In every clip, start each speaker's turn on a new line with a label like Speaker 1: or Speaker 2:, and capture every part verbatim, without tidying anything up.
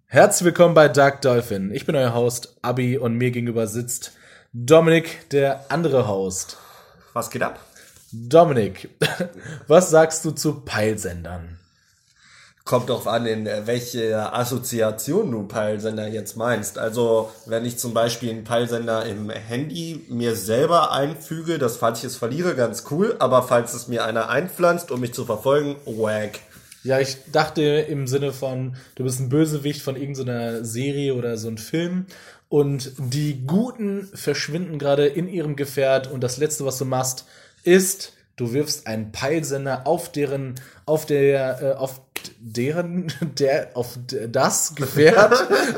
Speaker 1: Herzlich willkommen bei Dark Dolphin. Ich bin euer Host Abi und mir gegenüber sitzt Dominik, der andere Host.
Speaker 2: Was geht ab?
Speaker 1: Dominik, was sagst du zu Peilsendern?
Speaker 2: Kommt drauf an, in welche Assoziation du Peilsender jetzt meinst. Also, wenn ich zum Beispiel einen Peilsender im Handy mir selber einfüge, dass falls ich es verliere, ganz cool. Aber falls es mir einer einpflanzt, um mich zu verfolgen, wack.
Speaker 1: Ja, ich dachte im Sinne von, du bist ein Bösewicht von irgendeiner Serie oder so ein Film und die Guten verschwinden gerade in ihrem Gefährt und das Letzte, was du machst, ist, du wirfst einen Peilsender auf deren, auf der, äh, auf deren, der, auf das Gefährt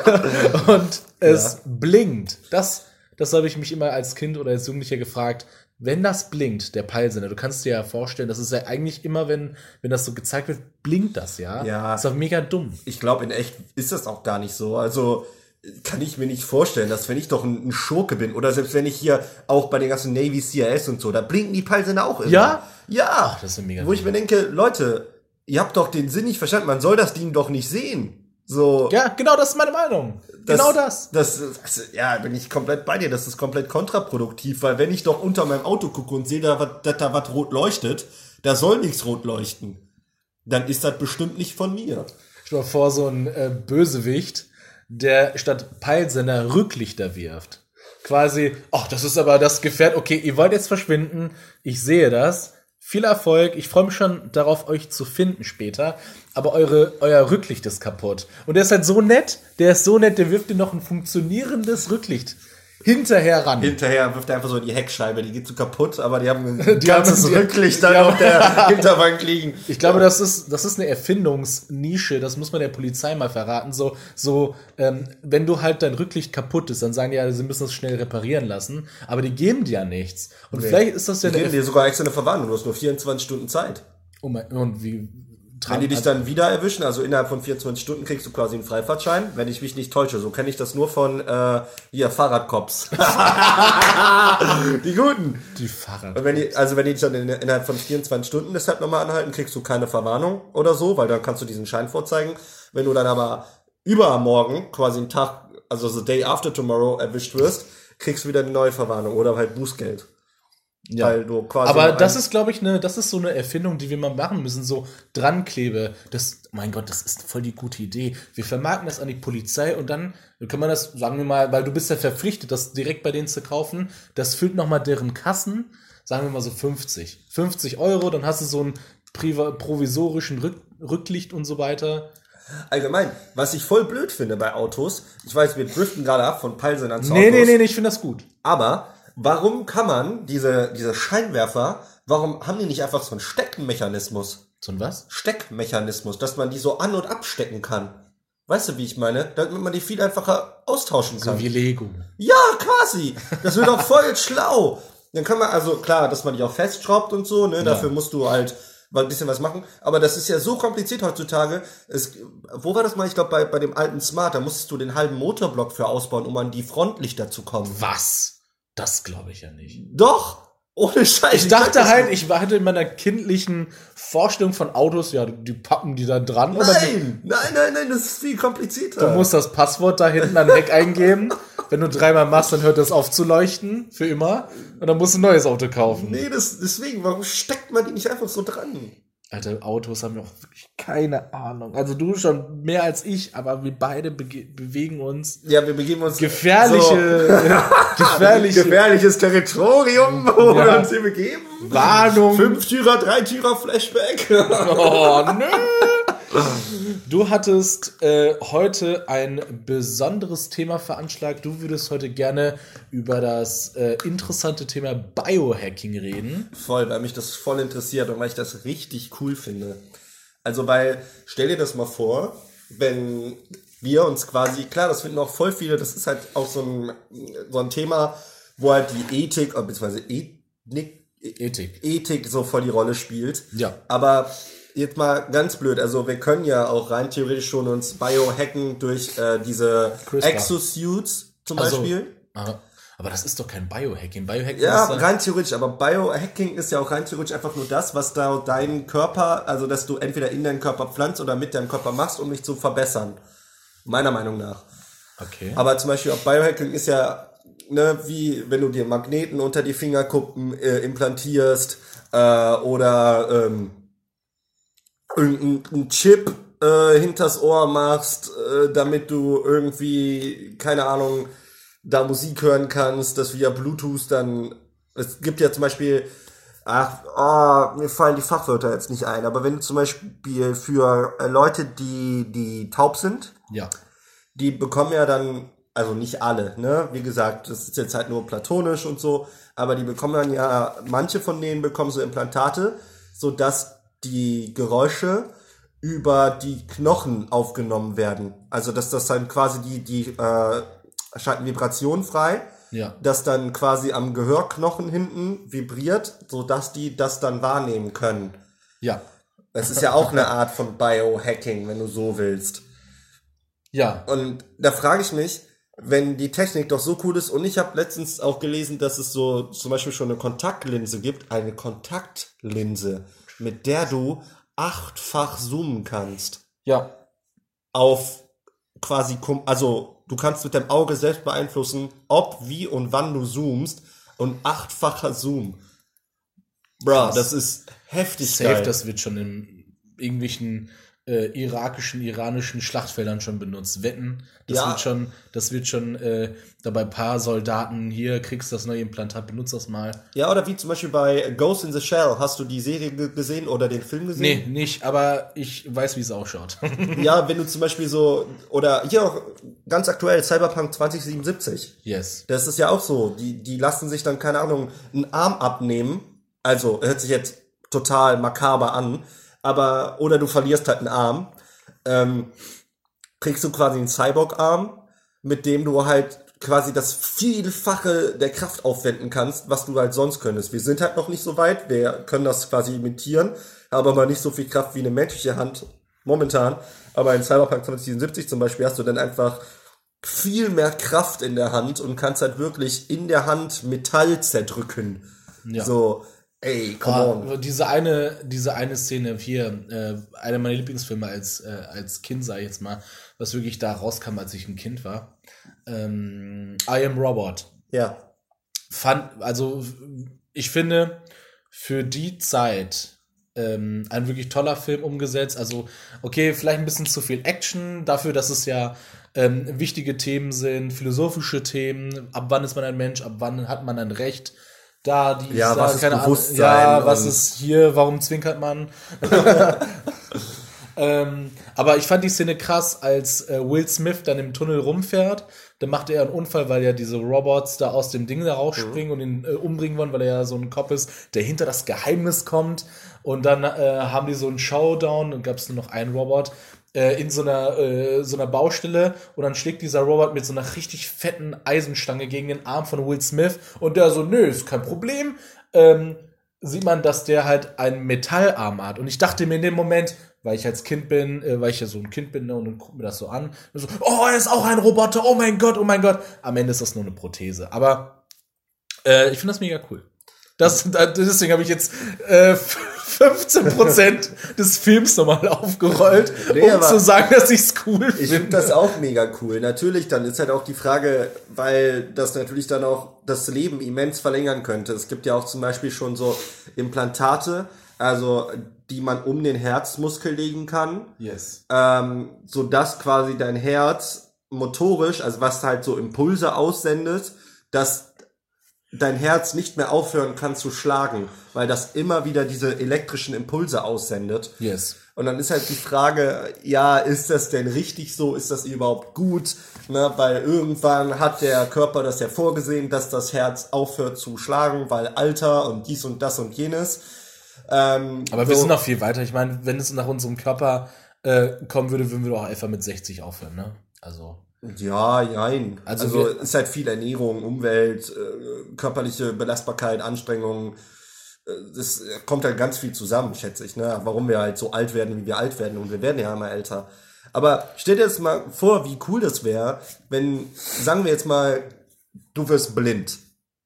Speaker 1: und es ja. blinkt. Das, das habe ich mich immer als Kind oder als Jugendlicher gefragt. Wenn das blinkt, der Peilsender, du kannst dir ja vorstellen, das ist ja eigentlich immer, wenn wenn das so gezeigt wird, blinkt das, ja?
Speaker 2: Ja.
Speaker 1: Das ist doch mega dumm.
Speaker 2: Ich glaube, in echt ist das auch gar nicht so. Also kann ich mir nicht vorstellen, dass wenn ich doch ein, ein Schurke bin oder selbst wenn ich hier auch bei den ganzen Navy C I S und so, da blinken die Peilsender auch immer.
Speaker 1: Ja?
Speaker 2: Ja.
Speaker 1: Ach, das ist mega
Speaker 2: Wo dumm. Ich mir denke, Leute, ihr habt doch den Sinn nicht verstanden, man soll das Ding doch nicht sehen. So.
Speaker 1: Ja, genau, das ist meine Meinung.
Speaker 2: Das,
Speaker 1: genau das.
Speaker 2: Das, das. Ja, bin ich komplett bei dir. Das ist komplett kontraproduktiv, weil wenn ich doch unter meinem Auto gucke und sehe, da, dass da was rot leuchtet, da soll nichts rot leuchten. Dann ist das bestimmt nicht von mir.
Speaker 1: Stell dir vor, so ein äh, Bösewicht, der statt Peilsender Rücklichter wirft. Quasi, ach, das ist aber das Gefährt, okay, ihr wollt jetzt verschwinden, ich sehe das. Viel Erfolg, ich freue mich schon darauf, euch zu finden später, aber eure, euer Rücklicht ist kaputt. Und der ist halt so nett, der ist so nett, der wirft dir noch ein funktionierendes Rücklicht hinterher ran.
Speaker 2: Hinterher wirft er einfach so in die Heckscheibe, die geht so kaputt, aber die haben ein
Speaker 1: die
Speaker 2: ganzes
Speaker 1: haben,
Speaker 2: Rücklicht dann auf der Hinterbank liegen.
Speaker 1: Ich glaube, das ist, das ist eine Erfindungsnische, das muss man der Polizei mal verraten. So, so ähm, wenn du halt dein Rücklicht kaputt ist, dann sagen die ja, sie müssen es schnell reparieren lassen, aber die geben dir ja nichts. Und nee. Vielleicht ist das ja
Speaker 2: die geben dir sogar extra eine Verwarnung, du hast nur vierundzwanzig Stunden Zeit.
Speaker 1: Oh mein, und wie...
Speaker 2: Wenn die dich dann wieder erwischen, also innerhalb von vierundzwanzig Stunden kriegst du quasi einen Freifahrtschein, wenn ich mich nicht täusche. So kenne ich das nur von äh, hier Fahrradcops. Die Guten.
Speaker 1: Die Fahrradcops.
Speaker 2: Und wenn die, also wenn die dich dann in, innerhalb von vierundzwanzig Stunden deshalb nochmal anhalten, kriegst du keine Verwarnung oder so, weil dann kannst du diesen Schein vorzeigen. Wenn du dann aber übermorgen, quasi einen Tag, also the day after tomorrow erwischt wirst, kriegst du wieder eine neue Verwarnung oder halt Bußgeld.
Speaker 1: Ja.
Speaker 2: Weil du quasi
Speaker 1: aber das ist, glaube ich, ne, das ist so eine Erfindung, die wir mal machen müssen, so Dranklebe. Das, mein Gott, das ist voll die gute Idee. Wir vermarkten das an die Polizei und dann kann man das, sagen wir mal, weil du bist ja verpflichtet, das direkt bei denen zu kaufen. Das füllt nochmal deren Kassen, sagen wir mal so fünfzig. fünfzig Euro, dann hast du so einen priva- provisorischen Rück- Rücklicht und so weiter.
Speaker 2: Allgemein, was ich voll blöd finde bei Autos, ich weiß, wir driften gerade ab von Peilsendern zu
Speaker 1: nee,
Speaker 2: Autos.
Speaker 1: Nee, nee, nee, ich finde das gut.
Speaker 2: Aber warum kann man diese, diese Scheinwerfer, warum haben die nicht einfach so einen Steckmechanismus?
Speaker 1: So ein was?
Speaker 2: Steckmechanismus, dass man die so an- und abstecken kann. Weißt du, wie ich meine? Damit man die viel einfacher austauschen kann.
Speaker 1: So wie Lego.
Speaker 2: Ja, quasi. Das wird auch voll schlau. Dann kann man, also klar, dass man die auch festschraubt und so, ne? Ja. Dafür musst du halt ein bisschen was machen. Aber das ist ja so kompliziert heutzutage. Es, wo war das mal? Ich glaube, bei, bei dem alten Smart, da musstest du den halben Motorblock für ausbauen, um an die Frontlichter zu kommen.
Speaker 1: Was? Das glaube ich ja nicht.
Speaker 2: Doch! Ohne Scheiß.
Speaker 1: Ich dachte halt, ich hatte in meiner kindlichen Vorstellung von Autos, ja, die pappen die da dran.
Speaker 2: Nein,
Speaker 1: oder
Speaker 2: nein, nein, nein, das ist viel komplizierter.
Speaker 1: Du musst das Passwort da hinten an Heck eingeben. Wenn du dreimal machst, dann hört das auf zu leuchten. Für immer. Und dann musst du ein neues Auto kaufen.
Speaker 2: Nee, das, deswegen, warum steckt man die nicht einfach so dran?
Speaker 1: Alter, Autos haben ja auch wirklich keine Ahnung. Also du schon mehr als ich, aber wir beide bege- bewegen uns.
Speaker 2: Ja, wir begeben uns
Speaker 1: gefährliche,
Speaker 2: so.
Speaker 1: gefährliche,
Speaker 2: gefährliches Territorium, wo ja. wir uns hier begeben.
Speaker 1: Warnung.
Speaker 2: Fünf-Türer, drei-Türer Flashback.
Speaker 1: Oh, nö. Du hattest äh, heute ein besonderes Thema veranschlagt. Du würdest heute gerne über das äh, interessante Thema Biohacking reden.
Speaker 2: Voll, weil mich das voll interessiert und weil ich das richtig cool finde. Also, weil, stell dir das mal vor, wenn wir uns quasi, klar, das finden auch voll viele, das ist halt auch so ein, so ein Thema, wo halt die Ethik, beziehungsweise Ethnik,
Speaker 1: Ethik.
Speaker 2: Ethik so voll die Rolle spielt.
Speaker 1: Ja.
Speaker 2: Aber jetzt mal ganz blöd, also wir können ja auch rein theoretisch schon uns biohacken durch äh, diese CRISPR. Exosuits zum
Speaker 1: also,
Speaker 2: Beispiel.
Speaker 1: Aber das ist doch kein Biohacking. Biohacking
Speaker 2: ja,
Speaker 1: ist
Speaker 2: rein theoretisch, aber Biohacking ist ja auch rein theoretisch einfach nur das, was da deinen Körper, also dass du entweder in deinen Körper pflanzt oder mit deinem Körper machst, um dich zu verbessern. Meiner Meinung nach.
Speaker 1: Okay.
Speaker 2: Aber zum Beispiel auch Biohacking ist ja, ne, wie wenn du dir Magneten unter die Fingerkuppen äh, implantierst äh, oder ähm, irgendeinen Chip äh, hinters Ohr machst, äh, damit du irgendwie, keine Ahnung, da Musik hören kannst, das via Bluetooth dann, es gibt ja zum Beispiel, ach, oh, mir fallen die Fachwörter jetzt nicht ein, aber wenn du zum Beispiel für äh, Leute, die, die taub sind,
Speaker 1: ja.
Speaker 2: die bekommen ja dann, also nicht alle, ne, wie gesagt, das ist jetzt halt nur platonisch und so, aber die bekommen dann ja, manche von denen bekommen so Implantate, sodass die Geräusche über die Knochen aufgenommen werden. Also, dass das dann quasi die, die, äh, schalten Vibration frei,
Speaker 1: ja.
Speaker 2: dass dann quasi am Gehörknochen hinten vibriert, sodass die das dann wahrnehmen können.
Speaker 1: Ja.
Speaker 2: Das ist ja auch eine Art von Biohacking, wenn du so willst.
Speaker 1: Ja.
Speaker 2: Und da frage ich mich, wenn die Technik doch so cool ist, und ich habe letztens auch gelesen, dass es so zum Beispiel schon eine Kontaktlinse gibt, eine Kontaktlinse, mit der du achtfach zoomen kannst.
Speaker 1: Ja.
Speaker 2: Auf quasi, also du kannst mit deinem Auge selbst beeinflussen, ob, wie und wann du zoomst, und achtfacher Zoom. Bro, das ist heftig
Speaker 1: Safe,
Speaker 2: geil.
Speaker 1: das wird schon in irgendwelchen äh, irakischen, iranischen Schlachtfeldern schon benutzt. Wetten, das
Speaker 2: Ja.
Speaker 1: wird schon, das wird schon äh, dabei ein paar Soldaten, hier kriegst du das neue Implantat, benutzt das mal.
Speaker 2: Ja, oder wie zum Beispiel bei Ghost in the Shell. Hast du die Serie ge- gesehen oder den Film gesehen?
Speaker 1: Nee, nicht, aber ich weiß, wie es ausschaut.
Speaker 2: Ja, wenn du zum Beispiel so, oder hier auch ganz aktuell, Cyberpunk zwanzig siebenundsiebzig.
Speaker 1: Yes.
Speaker 2: Das ist ja auch so. Die, die lassen sich dann, keine Ahnung, einen Arm abnehmen. Also, hört sich jetzt total makaber an. Aber, oder du verlierst halt einen Arm. Ähm, kriegst du quasi einen Cyborg-Arm, mit dem du halt quasi das Vielfache der Kraft aufwenden kannst, was du halt sonst könntest. Wir sind halt noch nicht so weit. Wir können das quasi imitieren, haben aber nicht so viel Kraft wie eine menschliche Hand momentan. Aber in Cyberpunk zwanzig siebenundsiebzig zum Beispiel hast du dann einfach viel mehr Kraft in der Hand und kannst halt wirklich in der Hand Metall zerdrücken.
Speaker 1: Ja.
Speaker 2: So, ey, come on.
Speaker 1: Oh, diese eine, diese eine Szene hier, äh, einer meiner Lieblingsfilme als, äh, als Kind, sag ich jetzt mal, was wirklich da rauskam, als ich ein Kind war. Ähm, I Am Robot.
Speaker 2: Ja.
Speaker 1: Fand, also, ich finde, für die Zeit ähm, ein wirklich toller Film umgesetzt. Also, okay, vielleicht ein bisschen zu viel Action, dafür, dass es ja ähm, wichtige Themen sind, philosophische Themen. Ab wann ist man ein Mensch, ab wann hat man ein Recht? Da, die
Speaker 2: Ja,
Speaker 1: da,
Speaker 2: was ist
Speaker 1: keine
Speaker 2: Bewusstsein?
Speaker 1: Ahnung, ja, was
Speaker 2: und-
Speaker 1: ist hier, warum zwinkert man? ähm, aber ich fand die Szene krass, als äh, Will Smith dann im Tunnel rumfährt. Dann macht er einen Unfall, weil ja diese Robots da aus dem Ding da rausspringen und ihn äh, umbringen wollen, weil er ja so ein Cop ist, der hinter das Geheimnis kommt. Und dann äh, haben die so einen Showdown und gab es nur noch einen Robot äh, in so einer, äh, so einer Baustelle. Und dann schlägt dieser Robot mit so einer richtig fetten Eisenstange gegen den Arm von Will Smith. Und der so, nö, ist kein Problem. Ähm, sieht man, dass der halt einen Metallarm hat. Und ich dachte mir in dem Moment, weil ich als Kind bin, äh, weil ich ja so ein Kind bin, ne, und dann guck mir das so an. Und so, oh, er ist auch ein Roboter, oh mein Gott, oh mein Gott. Am Ende ist das nur eine Prothese. Aber äh, ich finde das mega cool. Das, da- deswegen habe ich jetzt äh, fünfzehn Prozent des Films nochmal aufgerollt,
Speaker 2: Nee,
Speaker 1: um
Speaker 2: aber
Speaker 1: zu sagen, dass ich's cool
Speaker 2: Ich finde
Speaker 1: finde.
Speaker 2: das auch mega cool. Natürlich, dann ist halt auch die Frage, weil das natürlich dann auch das Leben immens verlängern könnte. Es gibt ja auch zum Beispiel schon so Implantate, also die man um den Herzmuskel legen kann,
Speaker 1: Yes.
Speaker 2: ähm, sodass quasi dein Herz motorisch, also was halt so Impulse aussendet, dass dein Herz nicht mehr aufhören kann zu schlagen, weil das immer wieder diese elektrischen Impulse aussendet.
Speaker 1: Yes.
Speaker 2: Und dann ist halt die Frage, ja, ist das denn richtig so? Ist das überhaupt gut? Ne, weil irgendwann hat der Körper das ja vorgesehen, dass das Herz aufhört zu schlagen, weil Alter und dies und das und jenes. Ähm,
Speaker 1: Aber wir
Speaker 2: so-
Speaker 1: sind noch viel weiter. Ich meine, wenn es nach unserem Körper äh, kommen würde, würden wir doch einfach mit sechzig aufhören, ne? Also.
Speaker 2: Ja, nein.
Speaker 1: Also
Speaker 2: Also,
Speaker 1: wir-
Speaker 2: es ist halt viel Ernährung, Umwelt, äh, körperliche Belastbarkeit, Anstrengung. Äh, Das kommt halt ganz viel zusammen, schätze ich, ne? Warum wir halt so alt werden, wie wir alt werden. Und wir werden ja immer älter. Aber stell dir jetzt mal vor, wie cool das wäre, wenn, sagen wir jetzt mal, du wirst blind.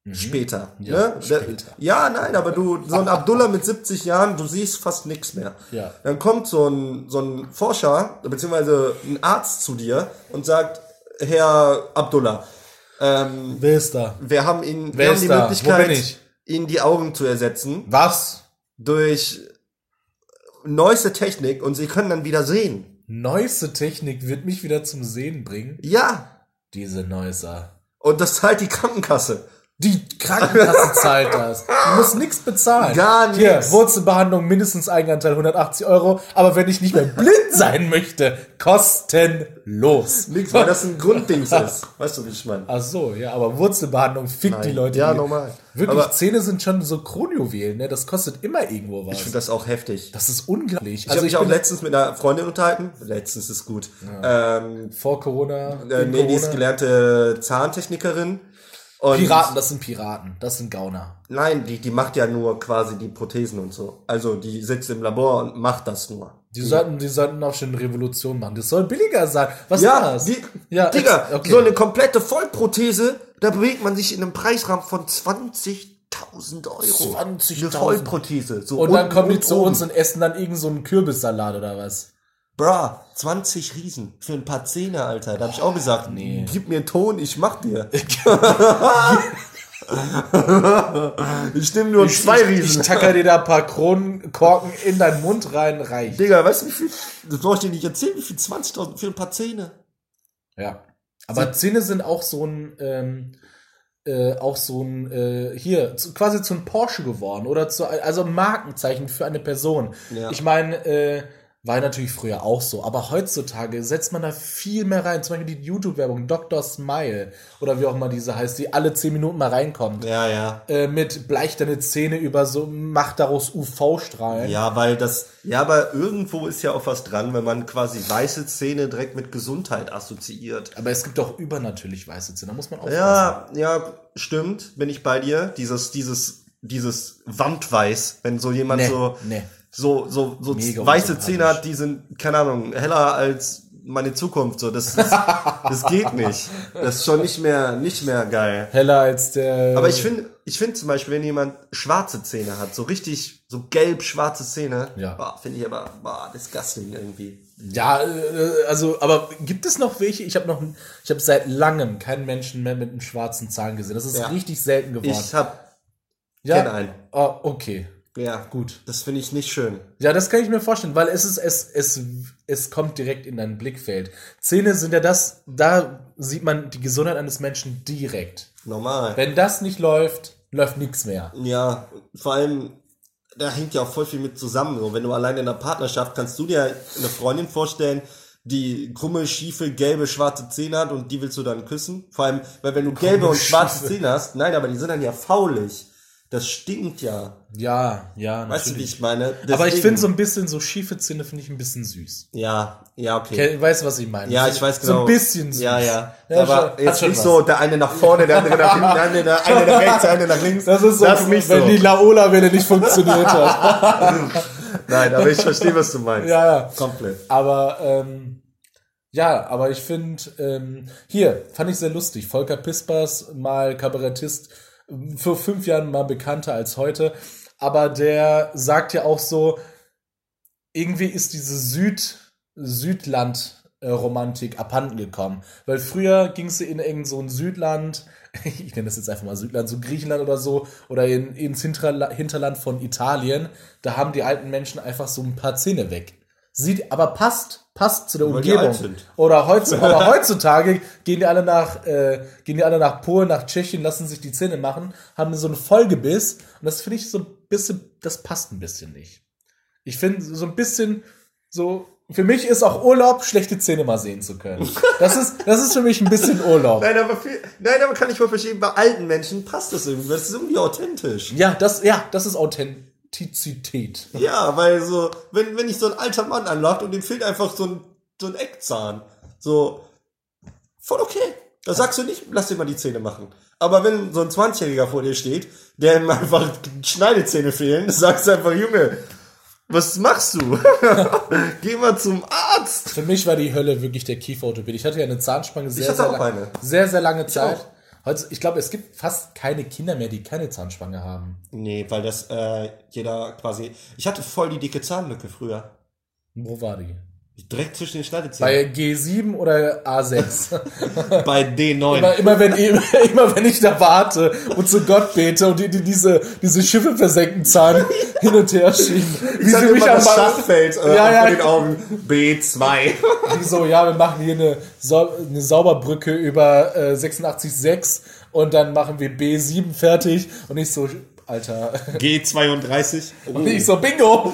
Speaker 2: Später.
Speaker 1: Ja,
Speaker 2: ne?
Speaker 1: später.
Speaker 2: Ja, nein, aber du, so ein Abdullah mit siebzig Jahren, du siehst fast nichts mehr.
Speaker 1: Ja.
Speaker 2: Dann kommt so ein, so ein Forscher, beziehungsweise ein Arzt zu dir und sagt, Herr Abdullah, ähm,
Speaker 1: Wer ist da?
Speaker 2: wir haben Ihnen,
Speaker 1: Wer
Speaker 2: wir haben
Speaker 1: ist
Speaker 2: die
Speaker 1: da? Wo
Speaker 2: Möglichkeit,
Speaker 1: bin ich?
Speaker 2: Ihnen die Augen zu ersetzen
Speaker 1: Was?
Speaker 2: durch neueste Technik und Sie können dann wieder sehen.
Speaker 1: Neueste Technik wird mich wieder zum Sehen bringen.
Speaker 2: Ja.
Speaker 1: Diese Neuser.
Speaker 2: Und das zahlt die Krankenkasse.
Speaker 1: Die Krankenkasse zahlt das. Du musst nichts bezahlen.
Speaker 2: Gar nichts.
Speaker 1: Hier, Wurzelbehandlung, mindestens Eigenanteil hundertachtzig Euro. Aber wenn ich nicht mehr blind sein möchte, kostenlos.
Speaker 2: Nix, weil das ein Grunddings ist. Weißt du, wie ich meine?
Speaker 1: Ach so, ja, aber Wurzelbehandlung fickt
Speaker 2: Nein.
Speaker 1: die Leute.
Speaker 2: Ja,
Speaker 1: die-
Speaker 2: normal.
Speaker 1: Wirklich,
Speaker 2: Aber-
Speaker 1: Zähne sind schon so Kronjuwelen, ne? Das kostet immer irgendwo was.
Speaker 2: Ich finde das auch heftig.
Speaker 1: Das ist unglaublich.
Speaker 2: Ich habe mich auch
Speaker 1: bin
Speaker 2: letztens mit einer Freundin unterhalten. Letztens ist gut. Ähm,
Speaker 1: vor Corona.
Speaker 2: äh,
Speaker 1: in
Speaker 2: nee, die ist
Speaker 1: Corona.
Speaker 2: gelernte Zahntechnikerin. Und
Speaker 1: Piraten, das sind Piraten. Das sind Gauner.
Speaker 2: Nein, die, die macht ja nur quasi die Prothesen und so. Also die sitzt im Labor und macht das nur.
Speaker 1: Die sollten, die sollten auch schon eine Revolution machen. Das soll billiger sein. Was
Speaker 2: Ja,
Speaker 1: ist das?
Speaker 2: die,
Speaker 1: Ja,
Speaker 2: Digga,
Speaker 1: ex- okay.
Speaker 2: so eine komplette Vollprothese, da bewegt man sich in einem Preisrahmen von zwanzigtausend Euro.
Speaker 1: zwanzigtausend.
Speaker 2: Eine Vollprothese. So
Speaker 1: Und dann
Speaker 2: unten
Speaker 1: kommen die
Speaker 2: und
Speaker 1: zu
Speaker 2: oben.
Speaker 1: uns und essen dann irgend so einen Kürbissalat oder was?
Speaker 2: Bra, zwanzig Riesen für ein paar Zähne, Alter. Da hab ich auch gesagt,
Speaker 1: nee.
Speaker 2: gib mir einen Ton, ich mach dir. Ich nehme nur zwei
Speaker 1: Ich,
Speaker 2: Riesen.
Speaker 1: ich tacker dir da ein paar Kronkorken in deinen Mund rein, reicht.
Speaker 2: Digga, weißt du, wie viel, das brauch ich dir nicht erzählen, wie viel zwanzigtausend für ein paar Zähne.
Speaker 1: Ja. Aber Zähne sind auch so ein, ähm, äh, auch so ein, äh, hier, zu, quasi zu einem Porsche geworden. Oder zu, also ein Markenzeichen für eine Person.
Speaker 2: Ja.
Speaker 1: Ich meine, äh, war natürlich früher auch so, aber heutzutage setzt man da viel mehr rein. Zum Beispiel die YouTube-Werbung, Doktor Smile oder wie auch immer diese heißt, die alle zehn Minuten mal reinkommt.
Speaker 2: Ja, ja.
Speaker 1: Äh, mit bleich deine Zähne über so, mach daraus U V-Strahlen.
Speaker 2: Ja, weil das, ja, aber irgendwo ist ja auch was dran, wenn man quasi weiße Zähne direkt mit Gesundheit assoziiert.
Speaker 1: Aber es gibt auch übernatürlich weiße Zähne, da muss man aufpassen.
Speaker 2: Ja, ja, stimmt, bin ich bei dir. Dieses, dieses, dieses Wandweiß, wenn so jemand
Speaker 1: Nee,
Speaker 2: so,
Speaker 1: nee.
Speaker 2: so, so, so
Speaker 1: Mega
Speaker 2: weiße
Speaker 1: unsympathisch.
Speaker 2: Zähne hat, die sind, keine Ahnung, heller als meine Zukunft, so, das, das, das geht nicht. Das ist schon nicht mehr, nicht mehr geil.
Speaker 1: Heller als der...
Speaker 2: Aber ich finde, ich finde zum Beispiel, wenn jemand schwarze Zähne hat, so richtig, so gelb-schwarze Zähne,
Speaker 1: Ja.
Speaker 2: boah, finde ich aber, boah, disgusting irgendwie.
Speaker 1: Ja, äh, also, aber gibt es noch welche? Ich habe noch, ich habe seit langem keinen Menschen mehr mit einem schwarzen Zahn gesehen. Das ist
Speaker 2: Ja.
Speaker 1: richtig selten geworden.
Speaker 2: Ich hab,
Speaker 1: ja?
Speaker 2: kenn einen.
Speaker 1: Oh, okay,
Speaker 2: Ja,
Speaker 1: gut.
Speaker 2: das finde ich nicht schön.
Speaker 1: Ja, das kann ich mir vorstellen, weil es ist, es, es, es kommt direkt in dein Blickfeld. Zähne sind ja das, da sieht man die Gesundheit eines Menschen direkt.
Speaker 2: Normal.
Speaker 1: Wenn das nicht läuft, läuft nichts mehr.
Speaker 2: Ja, vor allem, da hängt ja auch voll viel mit zusammen. So, wenn du alleine in einer Partnerschaft, kannst du dir eine Freundin vorstellen, die krumme, schiefe, gelbe, schwarze Zähne hat und die willst du dann küssen? Vor allem, weil wenn du gelbe und schwarze
Speaker 1: schiefe.
Speaker 2: Zähne hast, nein, aber die sind dann ja faulig. Das stinkt ja.
Speaker 1: Ja, ja,
Speaker 2: Weißt du, wie
Speaker 1: natürlich.
Speaker 2: ich meine?
Speaker 1: Aber ich
Speaker 2: Deswegen-
Speaker 1: finde so ein bisschen, so schiefe Zähne finde ich ein bisschen süß.
Speaker 2: Ja, ja, okay.
Speaker 1: Ke- Weißt du, was ich meine?
Speaker 2: Ja,
Speaker 1: So-
Speaker 2: ich weiß
Speaker 1: So
Speaker 2: genau.
Speaker 1: ein bisschen süß.
Speaker 2: Ja, ja.
Speaker 1: Ja,
Speaker 2: aber
Speaker 1: schon- hat
Speaker 2: jetzt
Speaker 1: schon
Speaker 2: nicht
Speaker 1: was.
Speaker 2: so, der eine nach vorne, der andere nach hinten, der eine, der eine nach rechts, der eine nach links.
Speaker 1: Das ist so,
Speaker 2: das nicht
Speaker 1: wenn
Speaker 2: so.
Speaker 1: die Laola-Welle nicht funktioniert hat.
Speaker 2: Nein, aber ich verstehe, was du meinst.
Speaker 1: Ja, ja.
Speaker 2: Komplett.
Speaker 1: Aber, ähm, ja, aber ich finde, ähm, hier, fand ich sehr lustig. Volker Pispers, mal Kabarettist, vor fünf Jahren mal bekannter als heute. Aber der sagt ja auch so, irgendwie ist diese Süd, Südland-Romantik abhanden gekommen. Weil früher ging es in irgend so ein Südland, ich nenne das jetzt einfach mal Südland, so Griechenland oder so, oder in, ins Hinterla- Hinterland von Italien, da haben die alten Menschen einfach so ein paar Zähne weg. Sieht, aber passt, passt zu der
Speaker 2: Weil die
Speaker 1: Umgebung.
Speaker 2: alt sind.
Speaker 1: Oder, heutz, oder heutzutage gehen die alle nach, äh, gehen die alle nach Polen, nach Tschechien, lassen sich die Zähne machen, haben so einen Vollgebiss. Und das finde ich so ein bisschen, das passt ein bisschen nicht. Ich finde so ein bisschen so, für mich ist auch Urlaub, schlechte Zähne mal sehen zu können. Das ist, das ist für mich ein bisschen Urlaub.
Speaker 2: Nein, aber viel, nein, aber kann ich mal verstehen, bei alten Menschen passt das irgendwie. Das ist irgendwie authentisch.
Speaker 1: Ja, das, ja, das ist Authentizität.
Speaker 2: Ja, weil so, wenn, wenn ich so ein alter Mann anlacht und dem fehlt einfach so ein, so ein Eckzahn, so, voll okay. Da sagst du nicht, lass dir mal die Zähne machen. Aber wenn so ein zwanzigjähriger vor dir steht, der ihm einfach Schneidezähne fehlen, dann sagst du einfach, Junge, was machst du? Geh mal zum Arzt.
Speaker 1: Für mich war die Hölle wirklich der Kieferorthopäde. Ich hatte ja eine Zahnspange sehr,
Speaker 2: hatte
Speaker 1: sehr,
Speaker 2: auch
Speaker 1: lang,
Speaker 2: eine.
Speaker 1: sehr, sehr lange Zeit.
Speaker 2: auch.
Speaker 1: Heute, ich glaube, es gibt fast keine Kinder mehr, die keine Zahnspange haben.
Speaker 2: Nee, weil das äh, jeder quasi... Ich hatte voll die dicke Zahnlücke früher.
Speaker 1: Wo war die?
Speaker 2: Direkt zwischen den Schneidezähnen.
Speaker 1: Bei G sieben oder A sechs?
Speaker 2: Bei D neun.
Speaker 1: Immer, immer, wenn, immer wenn ich da warte und zu Gott bete und die, die diese, diese Schiffe versenken Zahn hin und her schieben. Wie
Speaker 2: ich
Speaker 1: sie mich
Speaker 2: immer
Speaker 1: am
Speaker 2: das Schachfeld äh,
Speaker 1: ja, ja.
Speaker 2: vor den Augen. B zwei.
Speaker 1: Die so, ja, wir machen hier eine, Sau eine Sauberbrücke über äh, sechsundachtzig Komma sechs und dann machen wir B sieben fertig und ich so, Alter.
Speaker 2: G zweiunddreißig.
Speaker 1: Oh. Und ich so, Bingo!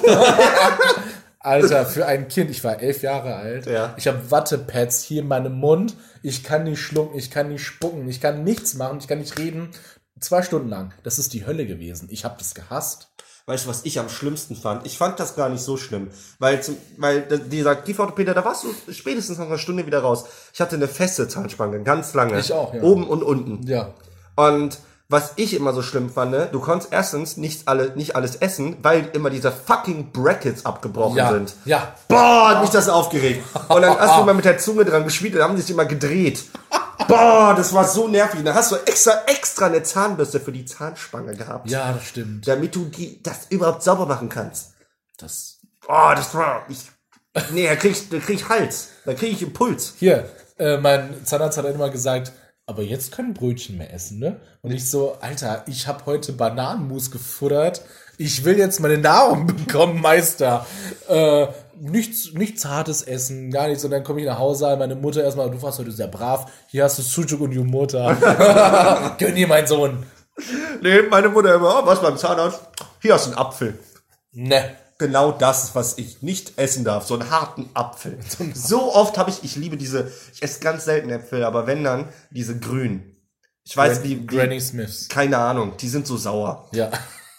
Speaker 1: Alter, für ein Kind, ich war elf Jahre alt,
Speaker 2: ja.
Speaker 1: Ich habe Wattepads hier in meinem Mund, ich kann nicht schlucken, ich kann nicht spucken, ich kann nichts machen, ich kann nicht reden. Zwei Stunden lang. Das ist die Hölle gewesen. Ich habe das gehasst.
Speaker 2: Weißt du, was ich am schlimmsten fand? Ich fand das gar nicht so schlimm. Weil, zum, weil dieser Kieferorthopäde, da warst du spätestens nach einer Stunde wieder raus. Ich hatte eine feste Zahnspange, ganz lange.
Speaker 1: Ich auch, ja.
Speaker 2: Oben und unten.
Speaker 1: Ja.
Speaker 2: Und was ich immer so schlimm fand, du konntest erstens nicht, alle, nicht alles essen, weil immer diese fucking Brackets abgebrochen
Speaker 1: ja.
Speaker 2: sind.
Speaker 1: Ja.
Speaker 2: Boah, hat mich das aufgeregt. Und dann hast du immer mit der Zunge dran gespielt und haben sich immer gedreht. Boah, das war so nervig. Dann hast du extra, extra eine Zahnbürste für die Zahnspange gehabt.
Speaker 1: Ja, das stimmt.
Speaker 2: Damit du die, das überhaupt sauber machen kannst.
Speaker 1: Das.
Speaker 2: Oh, das war, ich, nee, da krieg ich, da krieg ich Hals. Da krieg ich Impuls.
Speaker 1: Hier, äh, mein Zahnarzt hat immer gesagt, aber jetzt können Brötchen mehr essen, ne? Und ich so, Alter, ich habe heute Bananenmus gefuttert. Ich will jetzt meine Nahrung bekommen, Meister. Äh, nichts, nichts hartes Essen, gar nichts. Und dann komme ich nach Hause, meine Mutter erstmal, du warst heute sehr brav. Hier hast du Sucuk und Jumurta. Gönn dir, mein Sohn.
Speaker 2: Nee, meine Mutter immer, oh, was beim Zahnarzt? Hier hast du einen Apfel.
Speaker 1: Ne.
Speaker 2: Genau das, was ich nicht essen darf. So einen harten Apfel. So oft habe ich, ich liebe diese, ich esse ganz selten Äpfel, aber wenn dann, diese grünen. Ich weiß,
Speaker 1: Gran
Speaker 2: wie, wie.
Speaker 1: Granny Smiths.
Speaker 2: Keine Ahnung, die sind so sauer.
Speaker 1: Ja.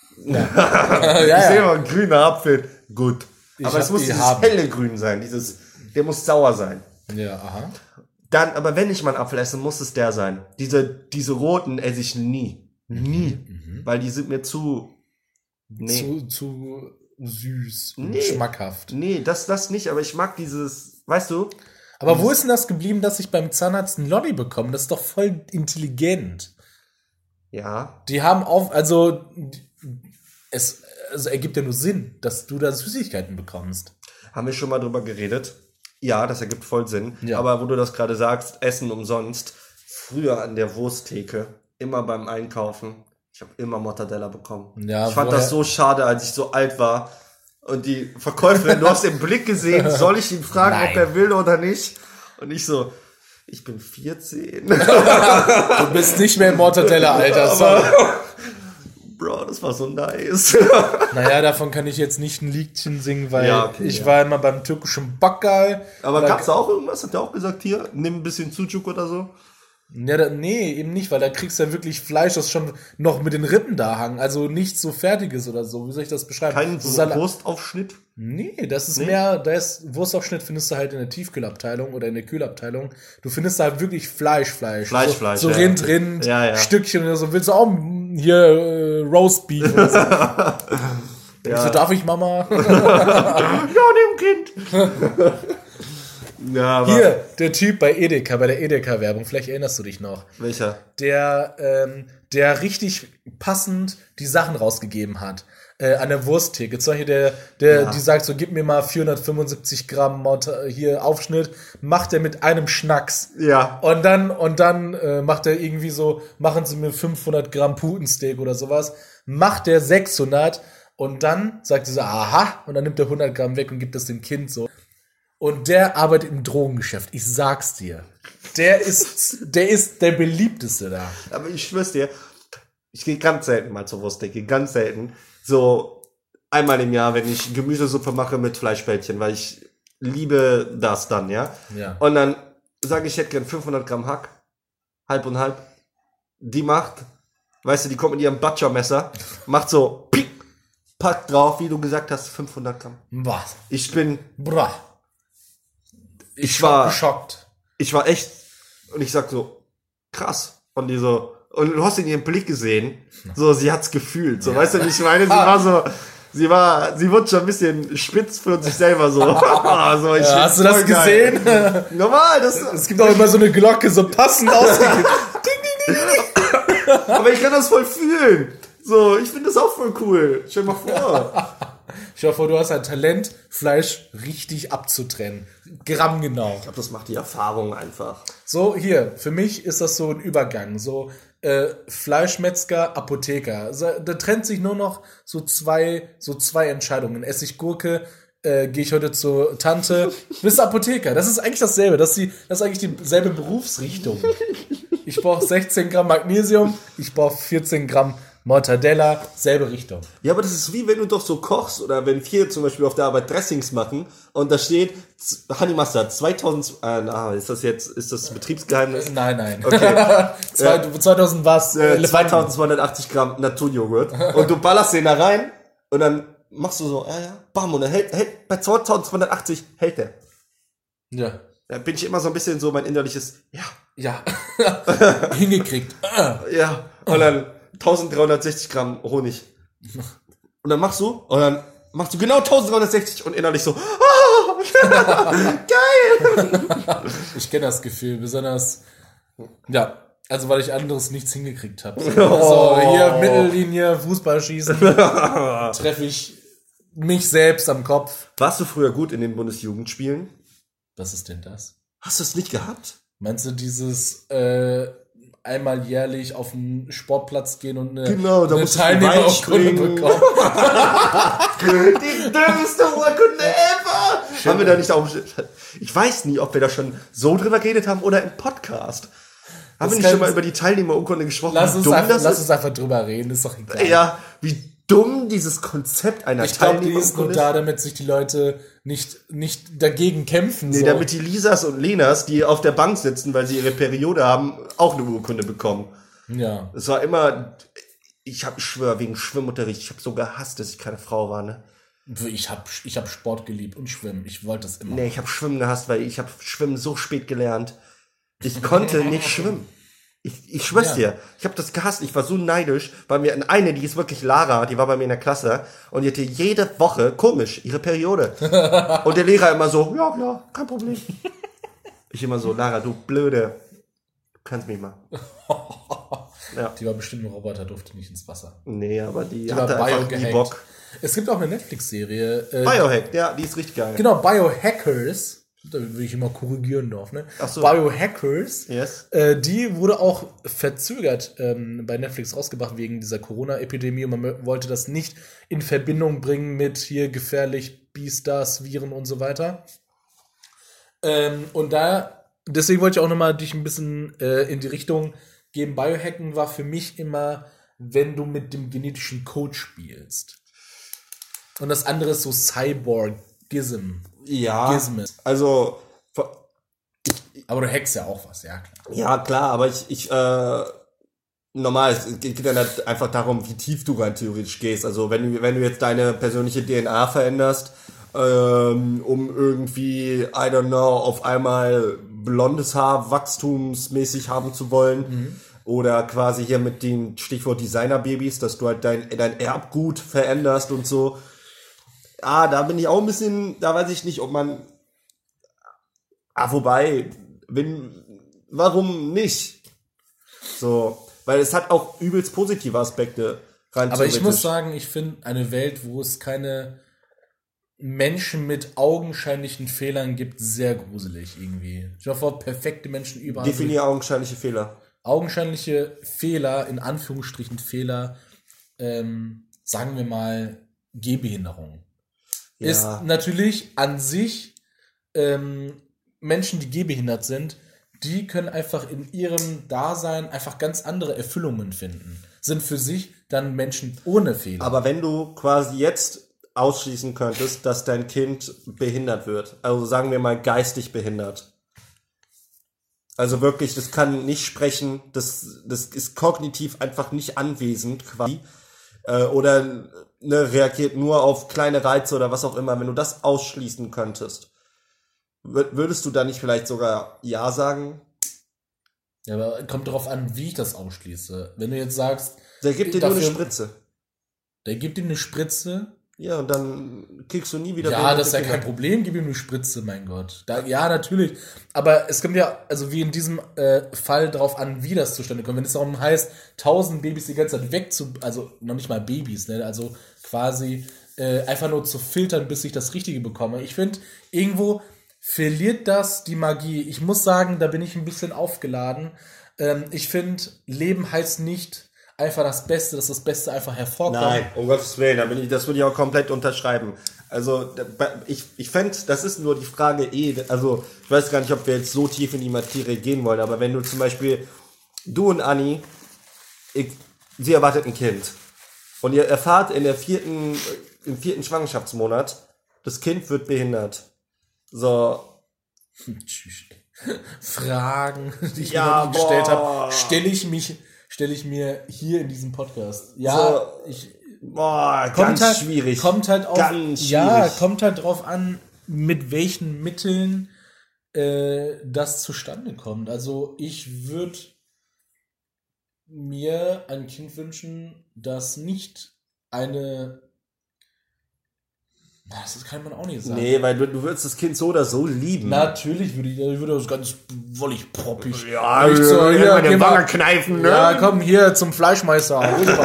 Speaker 2: ja, ich
Speaker 1: ja.
Speaker 2: sehe mal, grüner Apfel, gut.
Speaker 1: Ich
Speaker 2: aber es muss dieses
Speaker 1: haben.
Speaker 2: helle Grün sein, dieses, der muss sauer sein.
Speaker 1: Ja, aha.
Speaker 2: Dann, aber wenn ich mal einen Apfel esse, muss es der sein. Diese, diese roten esse ich nie. Nie. Mhm. Weil die sind mir zu, nee.
Speaker 1: Zu, zu süß und
Speaker 2: nee.
Speaker 1: schmackhaft.
Speaker 2: Nee, das, das nicht, aber ich mag dieses, weißt du?
Speaker 1: Aber
Speaker 2: dieses,
Speaker 1: wo ist denn das geblieben, dass ich beim Zahnarzt einen Lolli bekomme? Das ist doch voll intelligent.
Speaker 2: Ja.
Speaker 1: Die haben auf, also, es also ergibt ja nur Sinn, dass du da Süßigkeiten bekommst.
Speaker 2: Haben wir schon mal drüber geredet? Ja, das ergibt voll Sinn.
Speaker 1: Ja.
Speaker 2: Aber wo du das gerade sagst, Essen umsonst. Früher an der Wursttheke, immer beim Einkaufen, ich habe immer Mortadella bekommen.
Speaker 1: Ja,
Speaker 2: ich fand
Speaker 1: woher?
Speaker 2: das so schade, als ich so alt war. Und die Verkäuferin, du hast den Blick gesehen, soll ich ihn fragen,
Speaker 1: Nein.
Speaker 2: ob er will oder nicht? Und ich so, ich bin vierzehn.
Speaker 1: Du bist nicht mehr im Mortadella-Alter, sorry.
Speaker 2: Bro, das war so nice.
Speaker 1: Naja, davon kann ich jetzt nicht ein Liedchen singen, weil
Speaker 2: Ja, okay,
Speaker 1: ich
Speaker 2: ja.
Speaker 1: war immer beim türkischen Bakkal.
Speaker 2: Aber
Speaker 1: Da-
Speaker 2: gab's da auch irgendwas? Hat der auch gesagt, hier, nimm ein bisschen Sucuk oder so?
Speaker 1: Ja, da, nee, eben nicht, weil da kriegst du ja wirklich Fleisch, das schon noch mit den Rippen da hangen. Also nichts so Fertiges oder so. Wie soll ich das beschreiben?
Speaker 2: Kein
Speaker 1: so
Speaker 2: so
Speaker 1: Sala-
Speaker 2: Wurstaufschnitt?
Speaker 1: Nee, das ist
Speaker 2: Nee?
Speaker 1: mehr, da ist Wurstaufschnitt findest du halt in der Tiefkühlabteilung oder in der Kühlabteilung. Du findest da halt wirklich Fleisch, Fleisch.
Speaker 2: Fleisch,
Speaker 1: so,
Speaker 2: Fleisch,
Speaker 1: So
Speaker 2: ja.
Speaker 1: Rind, Rind,
Speaker 2: Ja, ja.
Speaker 1: Stückchen oder so. Willst du auch mm, hier äh, Roast Beef oder so?
Speaker 2: Ja.
Speaker 1: So, darf ich, Mama?
Speaker 2: Ja, dem Kind. Ja, aber
Speaker 1: Hier, der Typ bei Edeka, bei der Edeka-Werbung, vielleicht erinnerst du dich noch.
Speaker 2: welcher?
Speaker 1: Der, ähm, der richtig passend die Sachen rausgegeben hat. Äh, an der Wursttheke. Zum Beispiel der, der,
Speaker 2: Ja.
Speaker 1: die sagt so, gib mir mal vierhundertfünfundsiebzig Gramm Mort- hier Aufschnitt, macht er mit einem Schnacks.
Speaker 2: Ja.
Speaker 1: Und dann, und dann äh, macht er irgendwie so, machen sie mir fünfhundert Gramm Putensteak oder sowas, macht er sechshundert und dann sagt sie so, aha, und dann nimmt er hundert Gramm weg und gibt das dem Kind so. Und der arbeitet im Drogengeschäft, ich sag's dir. Der ist, der ist der beliebteste da.
Speaker 2: Aber ich schwör's dir, ich gehe ganz selten mal zur Wursttheke, ganz selten. So einmal im Jahr, wenn ich Gemüsesuppe mache mit Fleischbällchen, weil ich liebe das dann, ja.
Speaker 1: Ja.
Speaker 2: Und dann sage ich, ich hätte gern fünfhundert Gramm Hack, halb und halb. Die macht, weißt du, die kommt mit ihrem Butchermesser, macht so, piep, packt drauf, wie du gesagt hast, fünfhundert Gramm.
Speaker 1: Was?
Speaker 2: Ich bin,
Speaker 1: Bra.
Speaker 2: ich war,
Speaker 1: geschockt.
Speaker 2: ich war echt, und ich sag so, krass. Und die so, und du hast in ihrem Blick gesehen, so, sie hat's gefühlt, so, weißt du, wie ich meine, sie war so, sie war, sie wurde schon ein bisschen spitz für sich selber, so. so ich
Speaker 1: Ja, hast du das
Speaker 2: voll geil.
Speaker 1: gesehen?
Speaker 2: Normal, das,
Speaker 1: Es gibt auch immer so eine Glocke, so passend ausgegeben. Ding, ding,
Speaker 2: Aber ich kann das voll fühlen. So, ich finde das auch voll cool. Stell dir mal vor.
Speaker 1: Stell dir vor, du hast ein Talent, Fleisch richtig abzutrennen. Grammgenau.
Speaker 2: Ich glaube, das macht die Erfahrung einfach.
Speaker 1: So, hier, für mich ist das so ein Übergang. So, äh, Fleischmetzger, Apotheker. So, da trennt sich nur noch so zwei, so zwei Entscheidungen. Esse ich Gurke, äh, gehe ich heute zur Tante, bist du Apotheker. Das ist eigentlich dasselbe. Das ist, die, das ist eigentlich dieselbe Berufsrichtung. Ich brauche sechzehn Gramm Magnesium, ich brauche vierzehn Gramm Mortadella, selbe Richtung.
Speaker 2: Ja, aber das ist wie wenn du doch so kochst oder wenn wir zum Beispiel auf der Arbeit Dressings machen und da steht Honey Mustard zweitausend, äh, na, ist das jetzt, ist das Betriebsgeheimnis?
Speaker 1: Nein, nein.
Speaker 2: Okay.
Speaker 1: Zwei, ja. zweitausend was?
Speaker 2: Äh, zweitausendzweihundertachtzig Gramm Naturjoghurt und du ballerst den da rein und dann machst du so, ja, ja, bam, und dann hält, hält bei zweitausendzweihundertachtzig hält der.
Speaker 1: Ja.
Speaker 2: Da bin ich immer so ein bisschen so mein innerliches, ja.
Speaker 1: Ja. Hingekriegt.
Speaker 2: Ja. Und dann dreizehnhundertsechzig Gramm Honig. Und dann machst du, und dann machst du genau dreizehnhundertsechzig und innerlich so, oh, geil!
Speaker 1: Ich kenne das Gefühl, besonders, ja, also weil ich anderes nichts hingekriegt habe. So,
Speaker 2: Oh.
Speaker 1: also hier Mittellinie, Fußballschießen, treffe ich mich selbst am Kopf.
Speaker 2: Warst du früher gut in den Bundesjugendspielen?
Speaker 1: Was ist denn das?
Speaker 2: Hast du es nicht gehabt?
Speaker 1: Meinst du dieses äh, einmal jährlich auf den Sportplatz gehen und eine,
Speaker 2: Genau, da
Speaker 1: eine
Speaker 2: musst du
Speaker 1: Teilnehmerurkunde
Speaker 2: springen.
Speaker 1: bekommen?
Speaker 2: Die dümmste Urkunde ever!
Speaker 1: Schön.
Speaker 2: Haben wir da nicht auch, ich weiß nie, ob wir da schon so drüber geredet haben oder im Podcast. Haben
Speaker 1: Das
Speaker 2: wir nicht
Speaker 1: kann-
Speaker 2: schon mal über die Teilnehmerurkunde gesprochen?
Speaker 1: Lass
Speaker 2: wie
Speaker 1: uns,
Speaker 2: dumm
Speaker 1: einfach,
Speaker 2: das
Speaker 1: lass
Speaker 2: ist?
Speaker 1: uns einfach drüber reden, ist doch egal.
Speaker 2: Ja, wie dumm dieses Konzept einer
Speaker 1: Ich glaube, die ist nur
Speaker 2: Teilnehmerurkunde
Speaker 1: da, damit sich die Leute nicht, nicht dagegen kämpfen.
Speaker 2: Nee,
Speaker 1: so.
Speaker 2: damit die Lisas und Lenas, die auf der Bank sitzen, weil sie ihre Periode haben, auch eine Urkunde bekommen.
Speaker 1: Ja.
Speaker 2: Es war immer, ich hab, ich schwör, wegen Schwimmunterricht, ich habe so gehasst, dass ich keine Frau war, ne?
Speaker 1: Ich habe ich hab Sport geliebt und Schwimmen. Ich wollte das immer.
Speaker 2: Nee, ich habe Schwimmen gehasst, weil ich habe Schwimmen so spät gelernt. Ich konnte nicht schwimmen. Ich, ich schwör's
Speaker 1: Ja.
Speaker 2: dir, ich habe das gehasst, ich war so neidisch, weil mir eine, die ist wirklich Lara, die war bei mir in der Klasse und die hatte jede Woche, komisch, ihre Periode. Und der Lehrer immer so, ja, ja, kein Problem. Ich immer so, Lara, du Blöde, du kannst mich mal. Ja.
Speaker 1: Die war bestimmt ein Roboter, durfte nicht ins Wasser.
Speaker 2: Nee, aber die,
Speaker 1: Die
Speaker 2: hatte
Speaker 1: war
Speaker 2: einfach nie
Speaker 1: bio-gehackt.
Speaker 2: Bock.
Speaker 1: Es gibt auch eine Netflix-Serie. Äh,
Speaker 2: Biohack, ja, die ist richtig geil.
Speaker 1: Genau, Biohackers. Da will ich immer korrigieren darf, ne?
Speaker 2: Ach so.
Speaker 1: Biohackers.
Speaker 2: Yes.
Speaker 1: Äh, die wurde auch verzögert ähm, bei Netflix rausgebracht wegen dieser Corona-Epidemie. Und man mö- wollte das nicht in Verbindung bringen mit hier gefährlich, Beastars, Viren und so weiter. Ähm, und da, deswegen wollte ich auch nochmal dich ein bisschen äh, in die Richtung geben. Biohacken war für mich immer, wenn du mit dem genetischen Code spielst. Und das andere ist so Cyborgism.
Speaker 2: Ja,
Speaker 1: Gizmes.
Speaker 2: also,
Speaker 1: Aber du hackst ja auch was, ja klar.
Speaker 2: ja klar, aber ich, ich, äh, normal, es geht dann halt einfach darum, wie tief du rein theoretisch gehst. Also wenn du, wenn du jetzt deine persönliche D N A veränderst, ähm, um irgendwie, I don't know, auf einmal blondes Haar wachstumsmäßig haben zu wollen,
Speaker 1: Mhm.
Speaker 2: oder quasi hier mit dem Stichwort Designerbabys, dass du halt dein, dein Erbgut veränderst und so. Ah, da bin ich auch ein bisschen, da weiß ich nicht, ob man, ah, wobei, wenn, warum nicht? So, weil es hat auch übelst positive Aspekte rein
Speaker 1: Aber ich
Speaker 2: theoretisch.
Speaker 1: muss sagen, ich finde eine Welt, wo es keine Menschen mit augenscheinlichen Fehlern gibt, sehr gruselig irgendwie. Ich hoffe, perfekte Menschen überall.
Speaker 2: Definiere augenscheinliche Fehler.
Speaker 1: Augenscheinliche Fehler, in Anführungsstrichen Fehler, ähm, sagen wir mal, Gehbehinderung.
Speaker 2: Ja.
Speaker 1: Ist natürlich an sich ähm, Menschen, die gehbehindert sind, die können einfach in ihrem Dasein einfach ganz andere Erfüllungen finden. Sind für sich dann Menschen ohne Fehler.
Speaker 2: Aber wenn du quasi jetzt ausschließen könntest, dass dein Kind behindert wird, also sagen wir mal geistig behindert, also wirklich, das kann nicht sprechen, das, das ist kognitiv einfach nicht anwesend quasi, äh, oder ne, reagiert nur auf kleine Reize oder was auch immer, wenn du das ausschließen könntest, wür- würdest du da nicht vielleicht sogar Ja sagen?
Speaker 1: Ja, aber kommt darauf an, wie ich das ausschließe. Wenn du jetzt sagst,
Speaker 2: Der gibt dir nur eine
Speaker 1: Dafür-
Speaker 2: Spritze.
Speaker 1: der gibt ihm eine Spritze,
Speaker 2: Ja, und dann kriegst du nie wieder...
Speaker 1: Ja, das ist ja kein Problem, gib ihm eine Spritze, mein Gott. Da, ja, natürlich. Aber es kommt ja, also wie in diesem äh, Fall darauf an, wie das zustande kommt. Wenn es darum heißt, tausend Babys die ganze Zeit weg zu, also noch nicht mal Babys, ne, also quasi äh, einfach nur zu filtern, bis ich das Richtige bekomme. Ich finde, irgendwo verliert das die Magie. Ich muss sagen, da bin ich ein bisschen aufgeladen. Ähm, ich finde, Leben heißt nicht einfach das Beste, dass das Beste einfach hervorkommt.
Speaker 2: Nein, um Gottes Willen, da bin ich, das würde ich auch komplett unterschreiben. Also ich, ich fände, das ist nur die Frage eh, also ich weiß gar nicht, ob wir jetzt so tief in die Materie gehen wollen, aber wenn du zum Beispiel, du und Anni, ich, sie erwartet ein Kind und ihr erfahrt in der vierten, im vierten Schwangerschaftsmonat, das Kind wird behindert. So.
Speaker 1: Fragen, die ich
Speaker 2: ja,
Speaker 1: mir gestellt habe, stelle ich mich stelle ich mir hier in diesem Podcast. Ja,
Speaker 2: so,
Speaker 1: ich
Speaker 2: boah, ganz
Speaker 1: halt,
Speaker 2: schwierig.
Speaker 1: Kommt halt auf,
Speaker 2: ganz schwierig.
Speaker 1: Ja, kommt halt drauf an, mit welchen Mitteln äh, das zustande kommt. Also ich würde mir ein Kind wünschen, das nicht eine... Das kann man auch nicht sagen.
Speaker 2: Nee, weil du, du würdest das Kind so oder so lieben.
Speaker 1: Natürlich würde ich, ich würde das ganz wollig proppig.
Speaker 2: Ja,
Speaker 1: ich so,
Speaker 2: hier,
Speaker 1: hier,
Speaker 2: den Wangen kneifen, ne?
Speaker 1: Ja, komm hier zum Fleischmeister.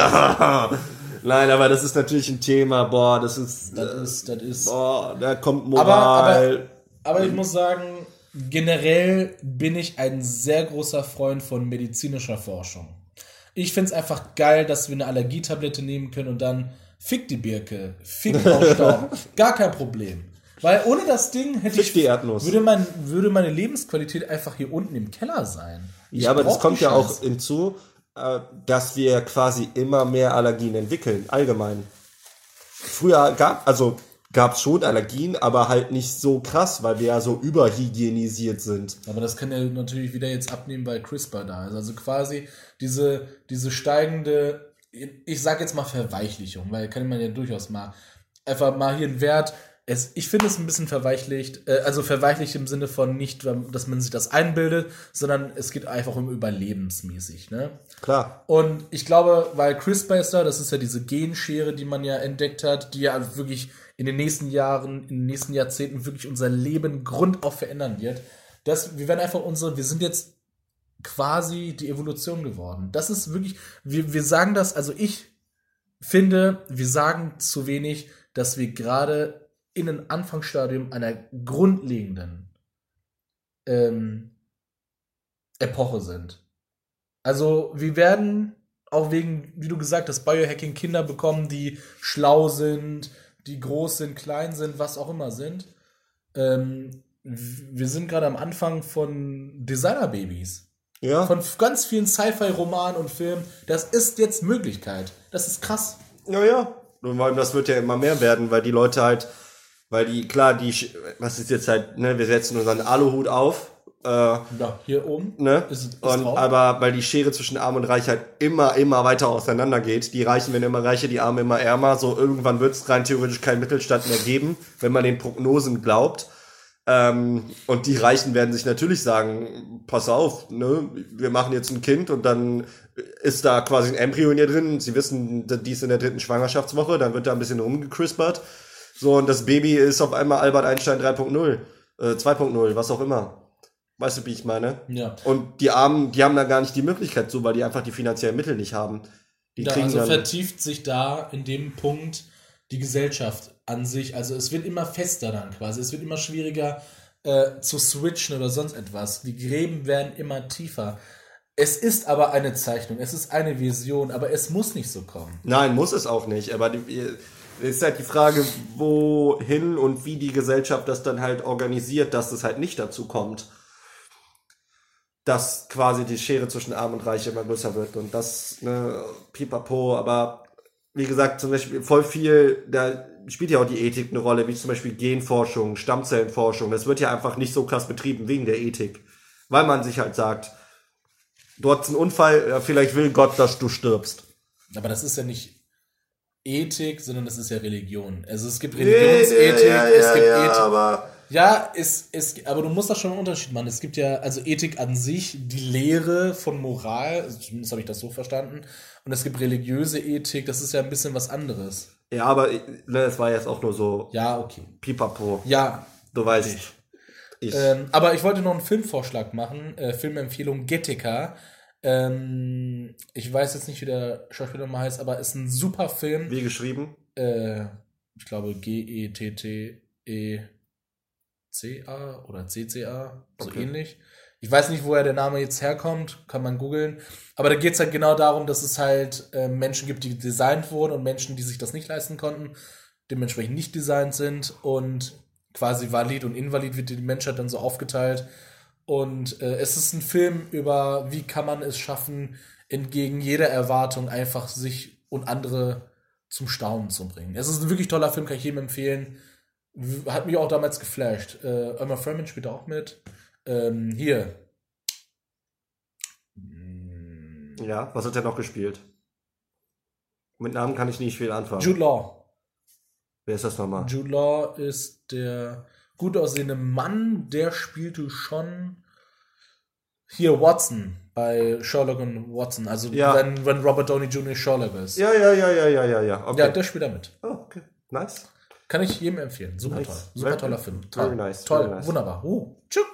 Speaker 2: Nein, aber das ist natürlich ein Thema, boah, das ist...
Speaker 1: Das ist, das ist...
Speaker 2: Boah, da kommt Moral.
Speaker 1: Aber, aber, aber ich muss sagen, generell bin ich ein sehr großer Freund von medizinischer Forschung. Ich finde es einfach geil, dass wir eine Allergietablette nehmen können und dann... Fick die Birke, fick Staub, gar kein Problem. Weil ohne das Ding hätte
Speaker 2: fick
Speaker 1: ich,
Speaker 2: die Erdnuss.
Speaker 1: Würde, mein, würde meine Lebensqualität einfach hier unten im Keller sein. Ich
Speaker 2: ja, aber das kommt ja auch hinzu, dass wir quasi immer mehr Allergien entwickeln, allgemein. Früher gab also gab es schon Allergien, aber halt nicht so krass, weil wir ja so überhygienisiert sind.
Speaker 1: Aber das kann ja natürlich wieder jetzt abnehmen, weil CRISPR da ist. Also quasi diese, diese steigende... Ich sag jetzt mal Verweichlichung, weil kann man ja durchaus mal einfach mal hier einen Wert. Es, ich finde es ein bisschen verweichlicht, äh, also verweichlicht im Sinne von nicht, dass man sich das einbildet, sondern es geht einfach um überlebensmäßig, ne?
Speaker 2: Klar.
Speaker 1: Und ich glaube, weil CRISPR ist da, das ist ja diese Genschere, die man ja entdeckt hat, die ja wirklich in den nächsten Jahren, in den nächsten Jahrzehnten wirklich unser Leben grundauf verändern wird. Das, wir werden einfach unsere, wir sind jetzt quasi die Evolution geworden. Das ist wirklich, wir, wir sagen das, also ich finde, wir sagen zu wenig, dass wir gerade in einem Anfangsstadium einer grundlegenden ähm, Epoche sind. Also wir werden auch wegen, wie du gesagt hast, Biohacking Kinder bekommen, die schlau sind, die groß sind, klein sind, was auch immer sind. Ähm, wir sind gerade am Anfang von Designerbabys.
Speaker 2: Ja.
Speaker 1: Von ganz vielen Sci-Fi-Romanen und Filmen. Das ist jetzt Möglichkeit. Das ist krass.
Speaker 2: Ja, ja. Und vor allem, das wird ja immer mehr werden, weil die Leute halt, weil die, klar, die, was ist jetzt halt, ne, wir setzen unseren Aluhut auf. Äh,
Speaker 1: ja, hier oben.
Speaker 2: Ne?
Speaker 1: Ist, ist
Speaker 2: und, aber weil die Schere zwischen Arm und Reich halt immer, immer weiter auseinander geht. Die Reichen werden immer reicher, die Armen immer ärmer. So irgendwann wird es rein theoretisch keinen Mittelstand mehr geben, wenn man den Prognosen glaubt. Ähm, und die Reichen werden sich natürlich sagen, pass auf, ne, wir machen jetzt ein Kind und dann ist da quasi ein Embryo in ihr drin. Sie wissen, die ist in der dritten Schwangerschaftswoche, dann wird da ein bisschen rumgekrispert. So, und das Baby ist auf einmal Albert Einstein drei Punkt null, äh, zwei Punkt null, was auch immer. Weißt du, wie ich meine?
Speaker 1: Ja.
Speaker 2: Und die Armen, die haben da gar nicht die Möglichkeit so, weil die einfach die finanziellen Mittel nicht haben. Die
Speaker 1: ja,
Speaker 2: kriegen
Speaker 1: also
Speaker 2: dann
Speaker 1: vertieft sich da in dem Punkt die Gesellschaft an sich. Also es wird immer fester dann quasi. Es wird immer schwieriger äh, zu switchen oder sonst etwas. Die Gräben werden immer tiefer. Es ist aber eine Zeichnung, es ist eine Vision, aber es muss nicht so kommen.
Speaker 2: Nein, muss es auch nicht. Aber die, ist halt die Frage, wohin und wie die Gesellschaft das dann halt organisiert, dass es halt nicht dazu kommt. Dass quasi die Schere zwischen Arm und Reich immer größer wird. Und das, ne, pipapo, aber wie gesagt, zum Beispiel voll viel, da spielt ja auch die Ethik eine Rolle, wie zum Beispiel Genforschung, Stammzellenforschung. Das wird ja einfach nicht so krass betrieben wegen der Ethik. Weil man sich halt sagt, du hast einen Unfall, ja, vielleicht will Gott, dass du stirbst.
Speaker 1: Aber das ist ja nicht Ethik, sondern das ist ja Religion. Also es gibt Religionsethik,
Speaker 2: ja, ja,
Speaker 1: es gibt
Speaker 2: ja,
Speaker 1: Ethik.
Speaker 2: Aber
Speaker 1: ja, es, es, aber du musst da schon einen Unterschied machen. Es gibt ja, also Ethik an sich, die Lehre von Moral, also zumindest habe ich das so verstanden. Und es gibt religiöse Ethik, das ist ja ein bisschen was anderes.
Speaker 2: Ja, aber ne, es war jetzt auch nur so
Speaker 1: Ja, okay.
Speaker 2: Pipapo.
Speaker 1: Ja.
Speaker 2: Du weißt. Ich.
Speaker 1: Ähm, aber ich wollte noch einen Filmvorschlag machen. Äh, Filmempfehlung Gattaca. Ähm, ich weiß jetzt nicht, wie der Schauspieler mal heißt, aber ist ein super Film.
Speaker 2: Wie geschrieben?
Speaker 1: Äh, ich glaube G E T T E C A oder C C A, so
Speaker 2: Okay.
Speaker 1: ähnlich. Ich weiß nicht, woher der Name jetzt herkommt, kann man googeln. Aber da geht es halt genau darum, dass es halt äh, Menschen gibt, die designt wurden und Menschen, die sich das nicht leisten konnten, dementsprechend nicht designt sind und quasi valid und invalid wird die Menschheit dann so aufgeteilt. Und äh, es ist ein Film über, wie kann man es schaffen, entgegen jeder Erwartung einfach sich und andere zum Staunen zu bringen. Es ist ein wirklich toller Film, kann ich jedem empfehlen. W- Hat mich auch damals geflasht. Äh, Uma Thurman spielt auch mit. Ähm, hier.
Speaker 2: Ja, was hat er noch gespielt? Mit Namen kann ich nicht viel anfangen.
Speaker 1: Jude Law.
Speaker 2: Wer ist das nochmal?
Speaker 1: Jude Law ist der gut aussehende Mann, der spielte schon hier Watson bei Sherlock und Watson. Also
Speaker 2: Ja.
Speaker 1: wenn, wenn Robert Downey Junior Sherlock ist.
Speaker 2: Ja, ja, ja, ja, ja, ja, ja. Okay.
Speaker 1: Ja, der spielt da mit.
Speaker 2: Oh, okay. Nice.
Speaker 1: Kann ich jedem empfehlen. Super
Speaker 2: Nice.
Speaker 1: toll. Super
Speaker 2: Very-
Speaker 1: toller Film.
Speaker 2: very
Speaker 1: Toll.
Speaker 2: nice,
Speaker 1: Toll.
Speaker 2: very nice.
Speaker 1: Wunderbar. Uh, tschüss.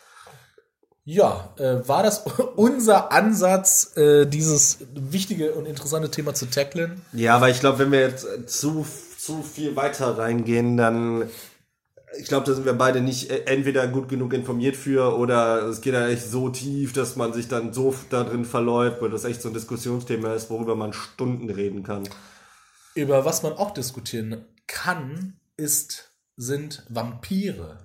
Speaker 1: Ja, äh, war das unser Ansatz, äh, dieses wichtige und interessante Thema zu tackeln?
Speaker 2: Ja, aber ich glaube, wenn wir jetzt äh, zu, zu viel weiter reingehen, dann, ich glaube, da sind wir beide nicht äh, entweder gut genug informiert für oder es geht ja echt so tief, dass man sich dann so da drin verläuft, weil das echt so ein Diskussionsthema ist, worüber man Stunden reden kann.
Speaker 1: Über was man auch diskutieren kann, ist, sind Vampire.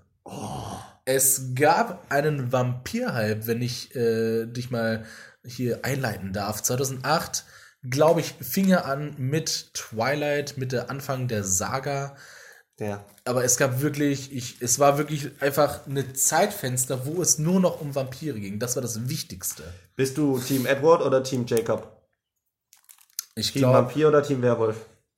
Speaker 1: Es gab einen Vampir-Hype, wenn ich äh, dich mal hier einleiten darf. zweitausendacht, glaube ich, fing er an mit Twilight, mit der Anfang der Saga.
Speaker 2: Ja.
Speaker 1: Aber es gab wirklich, ich, es war wirklich einfach eine Zeitfenster, wo es nur noch um Vampire ging. Das war das Wichtigste.
Speaker 2: Bist du Team Edward oder Team Jacob?
Speaker 1: Ich
Speaker 2: Team
Speaker 1: glaube,
Speaker 2: Vampir oder Team Werwolf?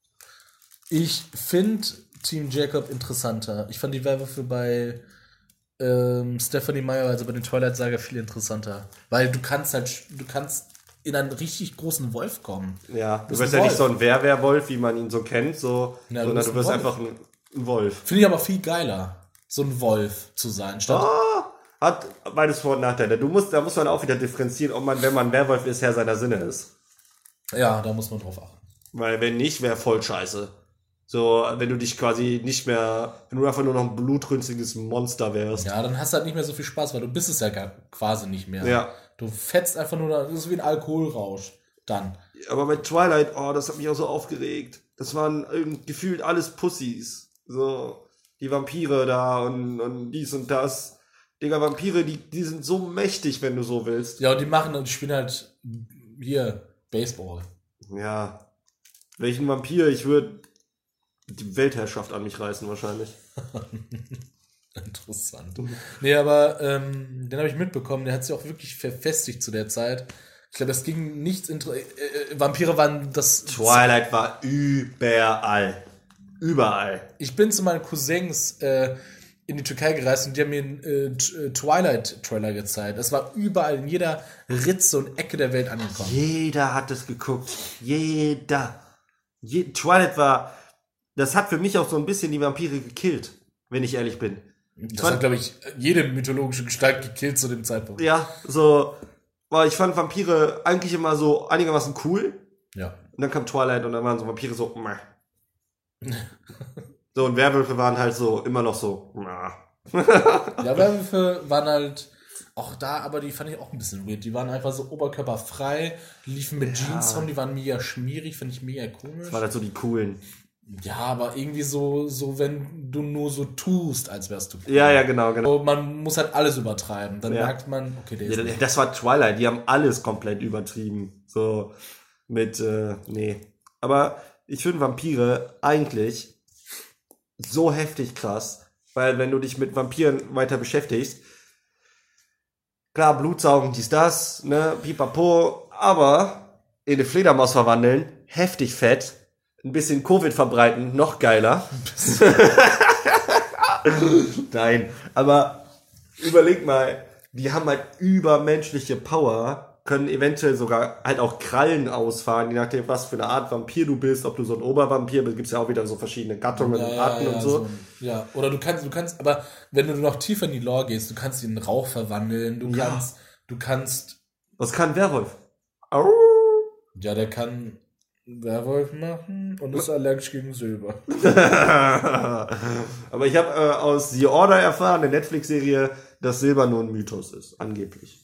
Speaker 1: ich finde Team Jacob interessanter. Ich fand die Werwölfe bei ähm, Stephanie Meyer, also bei den Twilight-Saga, viel interessanter. Weil du kannst halt, du kannst in einen richtig großen Wolf kommen.
Speaker 2: Ja, du
Speaker 1: bist
Speaker 2: bist
Speaker 1: ein
Speaker 2: ja nicht
Speaker 1: Wolf.
Speaker 2: so ein Werwolf, wie man ihn so kennt, so,
Speaker 1: Ja, du
Speaker 2: sondern
Speaker 1: bist
Speaker 2: du
Speaker 1: ein
Speaker 2: bist
Speaker 1: Wolf.
Speaker 2: einfach ein, ein Wolf.
Speaker 1: Finde ich aber viel geiler, so ein Wolf zu sein. Statt
Speaker 2: Ah, hat beides Vor- und Nachteile. Du musst, da muss man auch wieder differenzieren, ob man, wenn man Werwolf ist, Herr seiner Sinne ist.
Speaker 1: Ja, da muss man drauf achten.
Speaker 2: Weil wenn nicht, wäre voll scheiße. So, wenn du dich quasi nicht mehr, wenn du einfach nur noch ein blutrünstiges Monster wärst.
Speaker 1: Ja, dann hast du halt nicht mehr so viel Spaß, weil du bist es ja gar, quasi nicht mehr.
Speaker 2: Ja.
Speaker 1: Du fetzt einfach nur, das ist wie ein Alkoholrausch. Dann.
Speaker 2: Aber bei Twilight, oh, das hat mich auch so aufgeregt. Das waren irgendwie gefühlt alles Pussys. So, die Vampire da und, und dies und das. Digga, Vampire, die, die sind so mächtig, wenn du so willst.
Speaker 1: Ja, und die machen, die spielen halt hier Baseball.
Speaker 2: Ja. Welchen Vampir? Ich würde die Weltherrschaft an mich reißen wahrscheinlich.
Speaker 1: Interessant. Nee, aber ähm, den habe ich mitbekommen, der hat sich auch wirklich verfestigt zu der Zeit. Ich glaube, es ging nichts inter äh, äh, Vampire waren das.
Speaker 2: Twilight war überall. Überall.
Speaker 1: Ich bin zu meinen Cousins äh, in die Türkei gereist und die haben mir einen äh, T- äh, Twilight-Trailer gezeigt. Das war überall in jeder Ritze und Ecke der Welt angekommen.
Speaker 2: Jeder hat es geguckt. Jeder. Je Twilight war. Das hat für mich auch so ein bisschen die Vampire gekillt, wenn ich ehrlich bin.
Speaker 1: Das
Speaker 2: fand-
Speaker 1: hat, glaube ich, jede mythologische Gestalt gekillt zu dem Zeitpunkt.
Speaker 2: Ja, so. Weil ich fand Vampire eigentlich immer so einigermaßen cool.
Speaker 1: Ja.
Speaker 2: Und dann kam Twilight und dann waren so Vampire so. Meh. So, und Werwölfe waren halt so immer noch so. Meh.
Speaker 1: Ja, Werwölfe waren halt auch da, aber die fand ich auch ein bisschen weird. Die waren einfach so oberkörperfrei, liefen mit Jeans rum, die waren mega schmierig, finde ich mega komisch.
Speaker 2: Das waren halt so die coolen.
Speaker 1: Ja, aber irgendwie so, so, wenn du nur so tust, als wärst du cool.
Speaker 2: Ja, ja, genau, genau.
Speaker 1: So, man muss halt alles übertreiben. Dann
Speaker 2: Ja.
Speaker 1: merkt man, okay, der ist
Speaker 2: Ja,
Speaker 1: nicht.
Speaker 2: das war Twilight, die haben alles komplett übertrieben. So mit, äh, nee. Aber ich finde Vampire eigentlich so heftig krass, weil wenn du dich mit Vampiren weiter beschäftigst, klar, Blutsaugen, dies, das, ne, pipapo, aber in eine Fledermaus verwandeln, heftig fett, ein bisschen Covid verbreiten, noch geiler. Nein, aber überleg mal, die haben halt übermenschliche Power können eventuell sogar halt auch Krallen ausfahren, je nachdem, was für eine Art Vampir du bist, ob du so ein Obervampir bist, gibt's ja auch wieder so verschiedene Gattungen
Speaker 1: Ja,
Speaker 2: und
Speaker 1: ja,
Speaker 2: Arten
Speaker 1: ja,
Speaker 2: und so.
Speaker 1: so. Ja, oder du kannst, du kannst, aber wenn du noch tiefer in die Lore gehst, du kannst ihn in Rauch verwandeln, du
Speaker 2: Ja.
Speaker 1: kannst, du kannst,
Speaker 2: Was kann ein Werwolf? Au.
Speaker 1: ja, der kann Werwolf machen und ist allergisch gegen Silber.
Speaker 2: Aber ich habe äh, aus The Order erfahren, der Netflix-Serie, dass Silber nur ein Mythos ist, angeblich.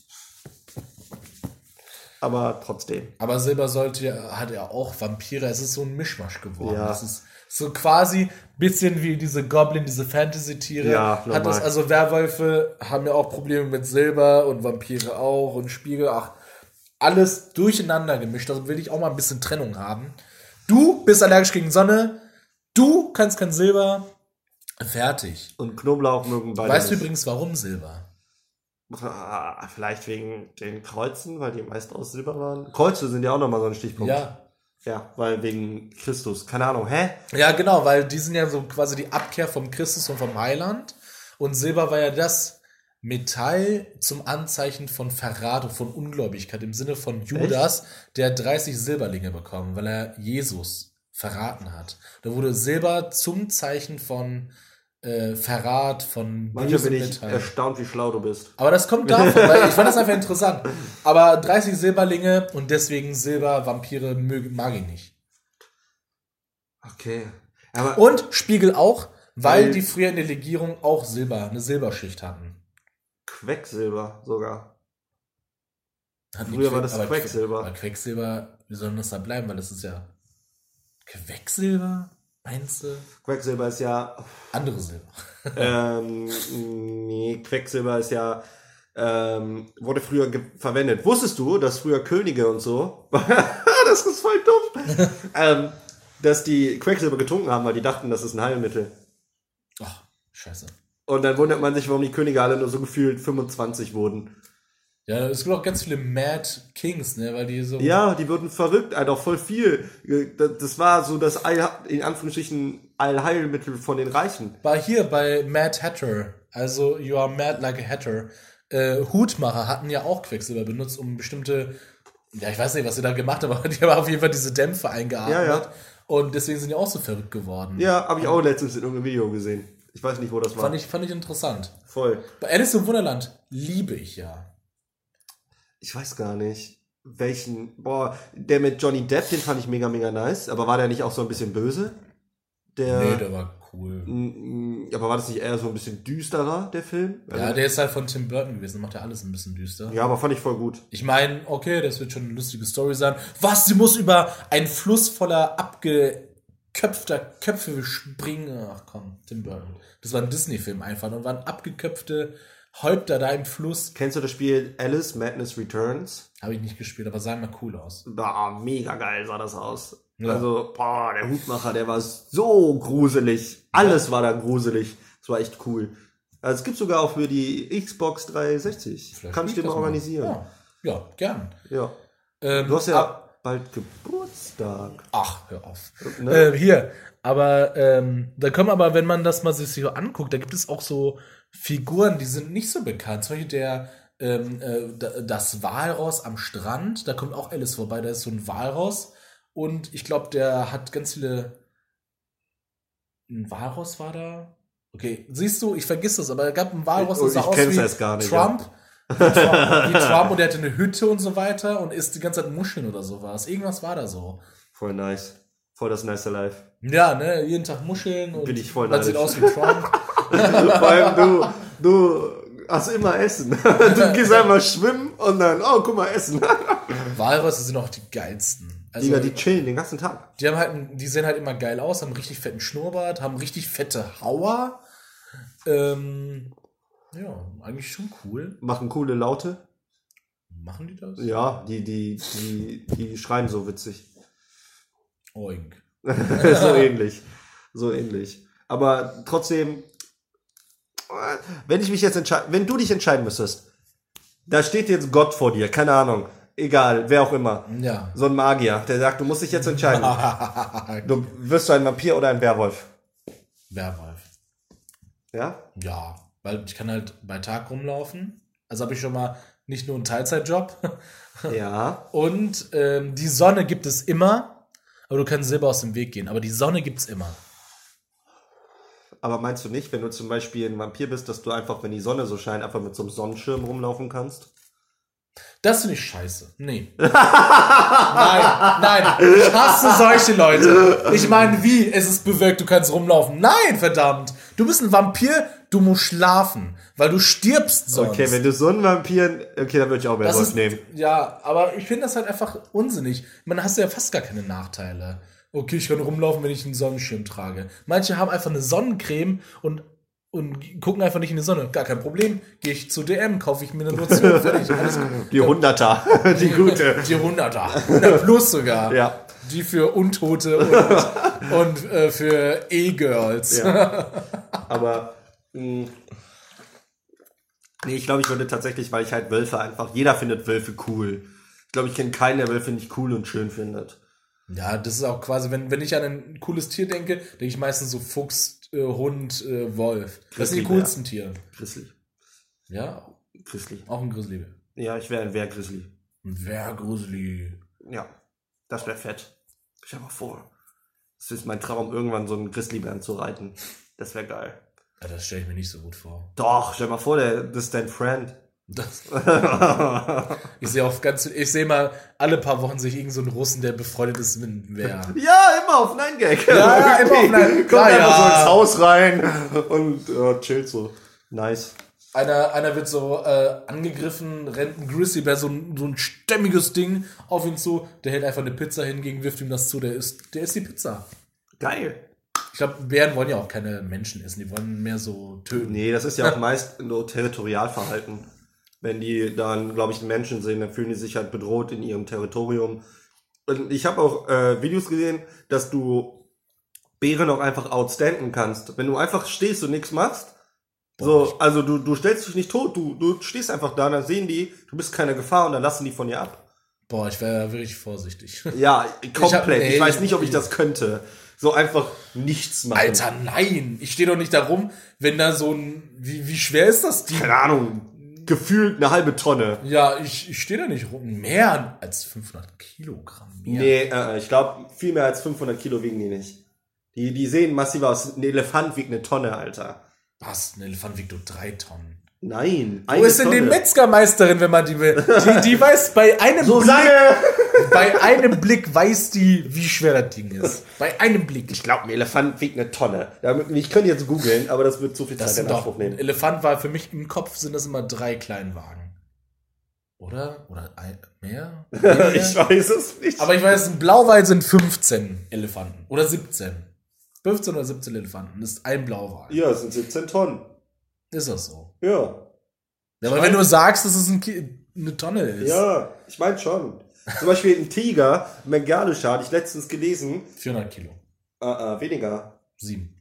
Speaker 2: Aber trotzdem.
Speaker 1: Aber Silber sollte ja, hat ja auch Vampire, es ist so ein Mischmasch geworden.
Speaker 2: Ja.
Speaker 1: Das ist so quasi bisschen wie diese Goblin, diese Fantasy-Tiere.
Speaker 2: Ja,
Speaker 1: hat
Speaker 2: normal.
Speaker 1: das, also Werwölfe haben ja auch Probleme mit Silber und Vampire auch und Spiegel, ach, alles durcheinander gemischt. Also will ich auch mal ein bisschen Trennung haben. Du bist allergisch gegen Sonne, du kannst kein Silber, fertig.
Speaker 2: Und Knoblauch mögen beide
Speaker 1: Weißt du
Speaker 2: nicht.
Speaker 1: übrigens, warum Silber?
Speaker 2: Ah, vielleicht wegen den Kreuzen, weil die meist aus Silber waren. Kreuze sind ja auch nochmal so ein Stichpunkt.
Speaker 1: Ja.
Speaker 2: Ja, weil wegen Christus. Keine Ahnung, hä?
Speaker 1: Ja, genau, weil die sind ja so quasi die Abkehr vom Christus und vom Heiland. Und Silber war ja das Metall zum Anzeichen von Verrat und von Ungläubigkeit im Sinne von Judas, der hat dreißig Silberlinge bekommen, weil er Jesus verraten hat. Da wurde Silber zum Zeichen von äh, Verrat, von
Speaker 2: Manchmal
Speaker 1: bösem
Speaker 2: bin ich
Speaker 1: Metall.
Speaker 2: erstaunt, wie schlau du bist.
Speaker 1: Aber das kommt davon, weil ich fand das einfach interessant. Aber dreißig Silberlinge und deswegen Silber, Vampire mög- mag ich nicht.
Speaker 2: Okay. Aber
Speaker 1: Und Spiegel auch, weil
Speaker 2: Weil-
Speaker 1: die früher in der Legierung auch Silber, eine Silberschicht hatten.
Speaker 2: Quecksilber sogar.
Speaker 1: Hatten die
Speaker 2: Früher war
Speaker 1: Queck-
Speaker 2: das
Speaker 1: aber
Speaker 2: Quecksilber.
Speaker 1: Que- Aber Quecksilber, wie soll denn das da bleiben? Weil das ist ja Quecksilber, meinst du?
Speaker 2: Quecksilber ist ja.
Speaker 1: Andere Silber.
Speaker 2: ähm, nee, Quecksilber ist ja. Ähm, wurde früher ge- verwendet. Wusstest du, dass früher Könige und so. Das ist voll dumm. ähm, dass die Quecksilber getrunken haben, weil die dachten, das ist ein Heilmittel.
Speaker 1: Ach, scheiße.
Speaker 2: Und dann wundert man sich, warum die Könige alle nur so gefühlt fünfundzwanzig wurden.
Speaker 1: Ja, es gibt auch ganz viele Mad Kings, ne, weil die so...
Speaker 2: Ja, die wurden verrückt, halt auch voll viel. Das war so das All, in Anführungsstrichen Allheilmittel von den Reichen.
Speaker 1: War hier bei Mad Hatter, also You Are Mad Like a Hatter, äh, Hutmacher hatten ja auch Quecksilber benutzt, um bestimmte, ja, ich weiß nicht, was sie da gemacht haben, aber die haben auf jeden Fall diese Dämpfe eingeatmet.
Speaker 2: Ja, ja.
Speaker 1: Und deswegen sind die auch so verrückt geworden.
Speaker 2: Ja, habe ich auch letztens in irgendeinem Video gesehen. Ich weiß nicht, wo das war.
Speaker 1: Fand ich, fand ich interessant.
Speaker 2: Voll.
Speaker 1: Bei Alice im Wunderland liebe ich ja.
Speaker 2: Ich weiß gar nicht, welchen. Boah, der mit Johnny Depp, den fand ich mega, mega nice. Aber war der nicht auch so ein bisschen böse? Der.
Speaker 1: Nee, der war cool.
Speaker 2: Mm, mm, aber war das nicht eher so ein bisschen düsterer, der Film?
Speaker 1: Ja, der ist halt von Tim Burton gewesen, macht ja alles ein bisschen düster.
Speaker 2: Ja, aber fand ich voll gut.
Speaker 1: Ich meine, okay, das wird schon eine lustige Story sein. Was, sie muss über einen Fluss voller abgeköpfter Köpfe springen? Ach komm, Tim Burton. Das war ein Disney-Film einfach und waren abgeköpfte Häupter da im Fluss.
Speaker 2: Kennst du das Spiel Alice Madness Returns?
Speaker 1: Habe ich nicht gespielt, aber sah mal cool aus.
Speaker 2: Boah, mega geil sah das aus.
Speaker 1: Ja.
Speaker 2: Also, boah, der Hutmacher, der war so gruselig. Alles war da gruselig. Das war echt cool. Also, es gibt sogar auch für die Xbox dreihundertsechzig.
Speaker 1: Vielleicht
Speaker 2: Kann ich dir
Speaker 1: spielt
Speaker 2: mal
Speaker 1: das mal.
Speaker 2: organisieren.
Speaker 1: Ja, ja gern.
Speaker 2: Ja.
Speaker 1: Ähm,
Speaker 2: Du hast ja
Speaker 1: ab-
Speaker 2: bald Geburtstag.
Speaker 1: Ach, hör auf.
Speaker 2: Ne?
Speaker 1: Äh, hier, aber ähm, da kommen aber, wenn man das mal sich so anguckt, da gibt es auch so Figuren, die sind nicht so bekannt. Zum Beispiel der, ähm, äh, da- das Walross am Strand, da kommt auch Alice vorbei, da ist so ein Walross und ich glaube, der hat ganz viele. Ein Walross war da? Okay, siehst du, ich vergiss das, aber es gab einen Walross,
Speaker 2: Oh,
Speaker 1: der sah
Speaker 2: ich
Speaker 1: aus
Speaker 2: kenn's
Speaker 1: wie
Speaker 2: erst gar nicht,
Speaker 1: Trump. Wie Trump, wie Trump und der hatte eine Hütte und so weiter und isst die ganze Zeit Muscheln oder sowas. Irgendwas war da so.
Speaker 2: Voll nice. Voll das nice Life.
Speaker 1: Ja, ne, jeden Tag Muscheln und
Speaker 2: Bin ich voll
Speaker 1: man sieht
Speaker 2: neidisch.
Speaker 1: aus wie Trump.
Speaker 2: Vor allem du, du hast immer Essen. Du gehst einmal schwimmen und dann, oh, guck mal, Essen.
Speaker 1: Walrösse sind auch die geilsten. Also,
Speaker 2: Digga,
Speaker 1: die,
Speaker 2: die chillen den ganzen Tag.
Speaker 1: haben halt, einen- die sehen halt immer geil aus, haben einen richtig fetten Schnurrbart, haben richtig fette Hauer. Ähm, ja, eigentlich schon cool.
Speaker 2: Machen coole Laute.
Speaker 1: Machen die das?
Speaker 2: Ja, die, die, die, die schreien so witzig.
Speaker 1: Oink.
Speaker 2: So ähnlich. So ähnlich. Aber trotzdem, wenn ich mich jetzt entscheide, wenn du dich entscheiden müsstest, da steht jetzt Gott vor dir, keine Ahnung, egal, wer auch immer.
Speaker 1: Ja.
Speaker 2: So ein Magier, der sagt, du musst dich jetzt entscheiden. Du wirst du ein Vampir oder ein Werwolf.
Speaker 1: Werwolf.
Speaker 2: Ja?
Speaker 1: Ja, weil ich kann halt bei Tag rumlaufen. Also habe ich schon mal nicht nur ein Teilzeitjob.
Speaker 2: Ja.
Speaker 1: Und ähm, die Sonne gibt es immer, aber du kannst selber aus dem Weg gehen. Aber die Sonne gibt's immer.
Speaker 2: Aber meinst du nicht, wenn du zum Beispiel ein Vampir bist, dass du einfach, wenn die Sonne so scheint, einfach mit so einem Sonnenschirm rumlaufen kannst?
Speaker 1: Das finde ich scheiße. Nee. nein, nein. Ich hasse solche Leute. Ich meine, wie? Es ist bewölkt, du kannst rumlaufen. Nein, verdammt. Du bist ein Vampir, du musst schlafen, weil du stirbst sonst.
Speaker 2: Okay, wenn du so ein Vampir... Okay, dann würde ich auch
Speaker 1: das
Speaker 2: Werwolf
Speaker 1: ist,
Speaker 2: nehmen.
Speaker 1: Ja, aber ich finde das halt einfach unsinnig. Man hast ja fast gar keine Nachteile. Okay, ich kann rumlaufen, wenn ich einen Sonnenschirm trage. Manche haben einfach eine Sonnencreme und und gucken einfach nicht in die Sonne. Gar kein Problem. Gehe ich zu D M, kaufe ich mir eine Lotion, fertig. Alles gut.
Speaker 2: Die Hunderter, die gute.
Speaker 1: Die Hunderter. hundert plus sogar.
Speaker 2: Ja.
Speaker 1: Die für Untote und, und äh, für E-Girls.
Speaker 2: Ja. Aber mh, nee, ich glaube, ich würde tatsächlich, weil ich halt Wölfe einfach, jeder findet Wölfe cool. Ich glaube, ich kenne keinen, der Wölfe nicht cool und schön findet.
Speaker 1: Ja, das ist auch quasi, wenn, wenn ich an ein cooles Tier denke, denke ich meistens so Fuchs, äh, Hund, äh, Wolf. Das sind die coolsten ja. Tiere.
Speaker 2: Grizzly.
Speaker 1: Ja?
Speaker 2: Grizzly.
Speaker 1: Auch ein Grizzly.
Speaker 2: Ja, ich wäre ein Wehr-Grizzly.
Speaker 1: Ein Wehr-Grizzly.
Speaker 2: Ja, das wäre fett. Stell dir mal vor. Das ist mein Traum, irgendwann so einen Grizzlybären zu reiten. Das wäre geil.
Speaker 1: Ja, das stelle ich mir nicht so gut vor.
Speaker 2: Doch, stell dir mal vor, der, das ist dein Friend.
Speaker 1: Das. ich sehe auf ganz, ich sehe mal alle paar Wochen sich irgend so einen Russen, der befreundet ist mit einem Wehr.
Speaker 2: Ja, immer auf Nine Gag.
Speaker 1: Ja, ja immer auf Nine Gag.
Speaker 2: Kommt
Speaker 1: ja,
Speaker 2: einfach
Speaker 1: ja.
Speaker 2: so ins Haus rein und uh, chillt so. Nice.
Speaker 1: Einer, einer wird so äh, angegriffen, rennt ein Grizzlybär, so ein, so ein stämmiges Ding auf ihn zu. Der hält einfach eine Pizza hingegen, wirft ihm das zu, der isst, der isst die Pizza.
Speaker 2: Geil.
Speaker 1: Ich glaube, Bären wollen ja auch keine Menschen essen, die wollen mehr so töten.
Speaker 2: Nee, das ist ja auch meist nur Territorialverhalten. Wenn die dann, glaube ich, einen Menschen sehen, dann fühlen die sich halt bedroht in ihrem Territorium. Und ich habe auch äh, Videos gesehen, dass du Bären auch einfach outstanden kannst. Wenn du einfach stehst und nichts machst, so, also du, du stellst dich nicht tot, du, du stehst einfach da, dann sehen die, du bist keine Gefahr und dann lassen die von dir ab.
Speaker 1: Boah, ich wäre wirklich vorsichtig.
Speaker 2: Ja, komplett. Ich, hab, ey, ich weiß nicht, ob ich
Speaker 1: ey.
Speaker 2: das könnte. So einfach nichts machen.
Speaker 1: Alter, nein. Ich stehe doch nicht da rum, wenn da so ein, wie, wie schwer ist das? Die
Speaker 2: Keine Ahnung. Gefühlt eine halbe Tonne.
Speaker 1: Ja, ich, ich stehe da nicht rum. Mehr als fünfhundert Kilogramm. Mehr.
Speaker 2: Nee, äh, ich glaube, viel mehr als fünfhundert Kilo wiegen die nicht. Die, die sehen massiv aus. Ein Elefant wiegt eine Tonne, Alter.
Speaker 1: Was? Ein Elefant wiegt nur drei Tonnen.
Speaker 2: Nein.
Speaker 1: Wo ist denn die Metzgermeisterin, wenn man die will? Die, die weiß bei einem
Speaker 2: so
Speaker 1: Blick.
Speaker 2: Lange.
Speaker 1: Bei einem Blick weiß die, wie schwer das Ding ist. Bei einem Blick.
Speaker 2: Ich glaube, ein Elefant wiegt eine Tonne. Ich könnte jetzt googeln, aber das wird zu viel
Speaker 1: das
Speaker 2: Zeit in Anspruch nehmen.
Speaker 1: Ein Elefant war für mich im Kopf, sind das immer drei Kleinwagen. Oder? Oder ein, mehr? mehr?
Speaker 2: Ich weiß es nicht.
Speaker 1: Aber ich weiß, in Blauwal sind fünfzehn Elefanten. Oder siebzehn. fünfzehn oder siebzehn Elefanten. Das ist ein Blauwal.
Speaker 2: Ja, es sind siebzehn Tonnen.
Speaker 1: Ist das so?
Speaker 2: Ja.
Speaker 1: Ja, aber wenn du sagst, dass es ein Ki- eine Tonne ist.
Speaker 2: Ja, ich meine schon. Zum Beispiel ein Tiger, ein Bengalischer, hatte ich letztens gelesen.
Speaker 1: vierhundert Kilo.
Speaker 2: Äh, äh, weniger.
Speaker 1: Sieben.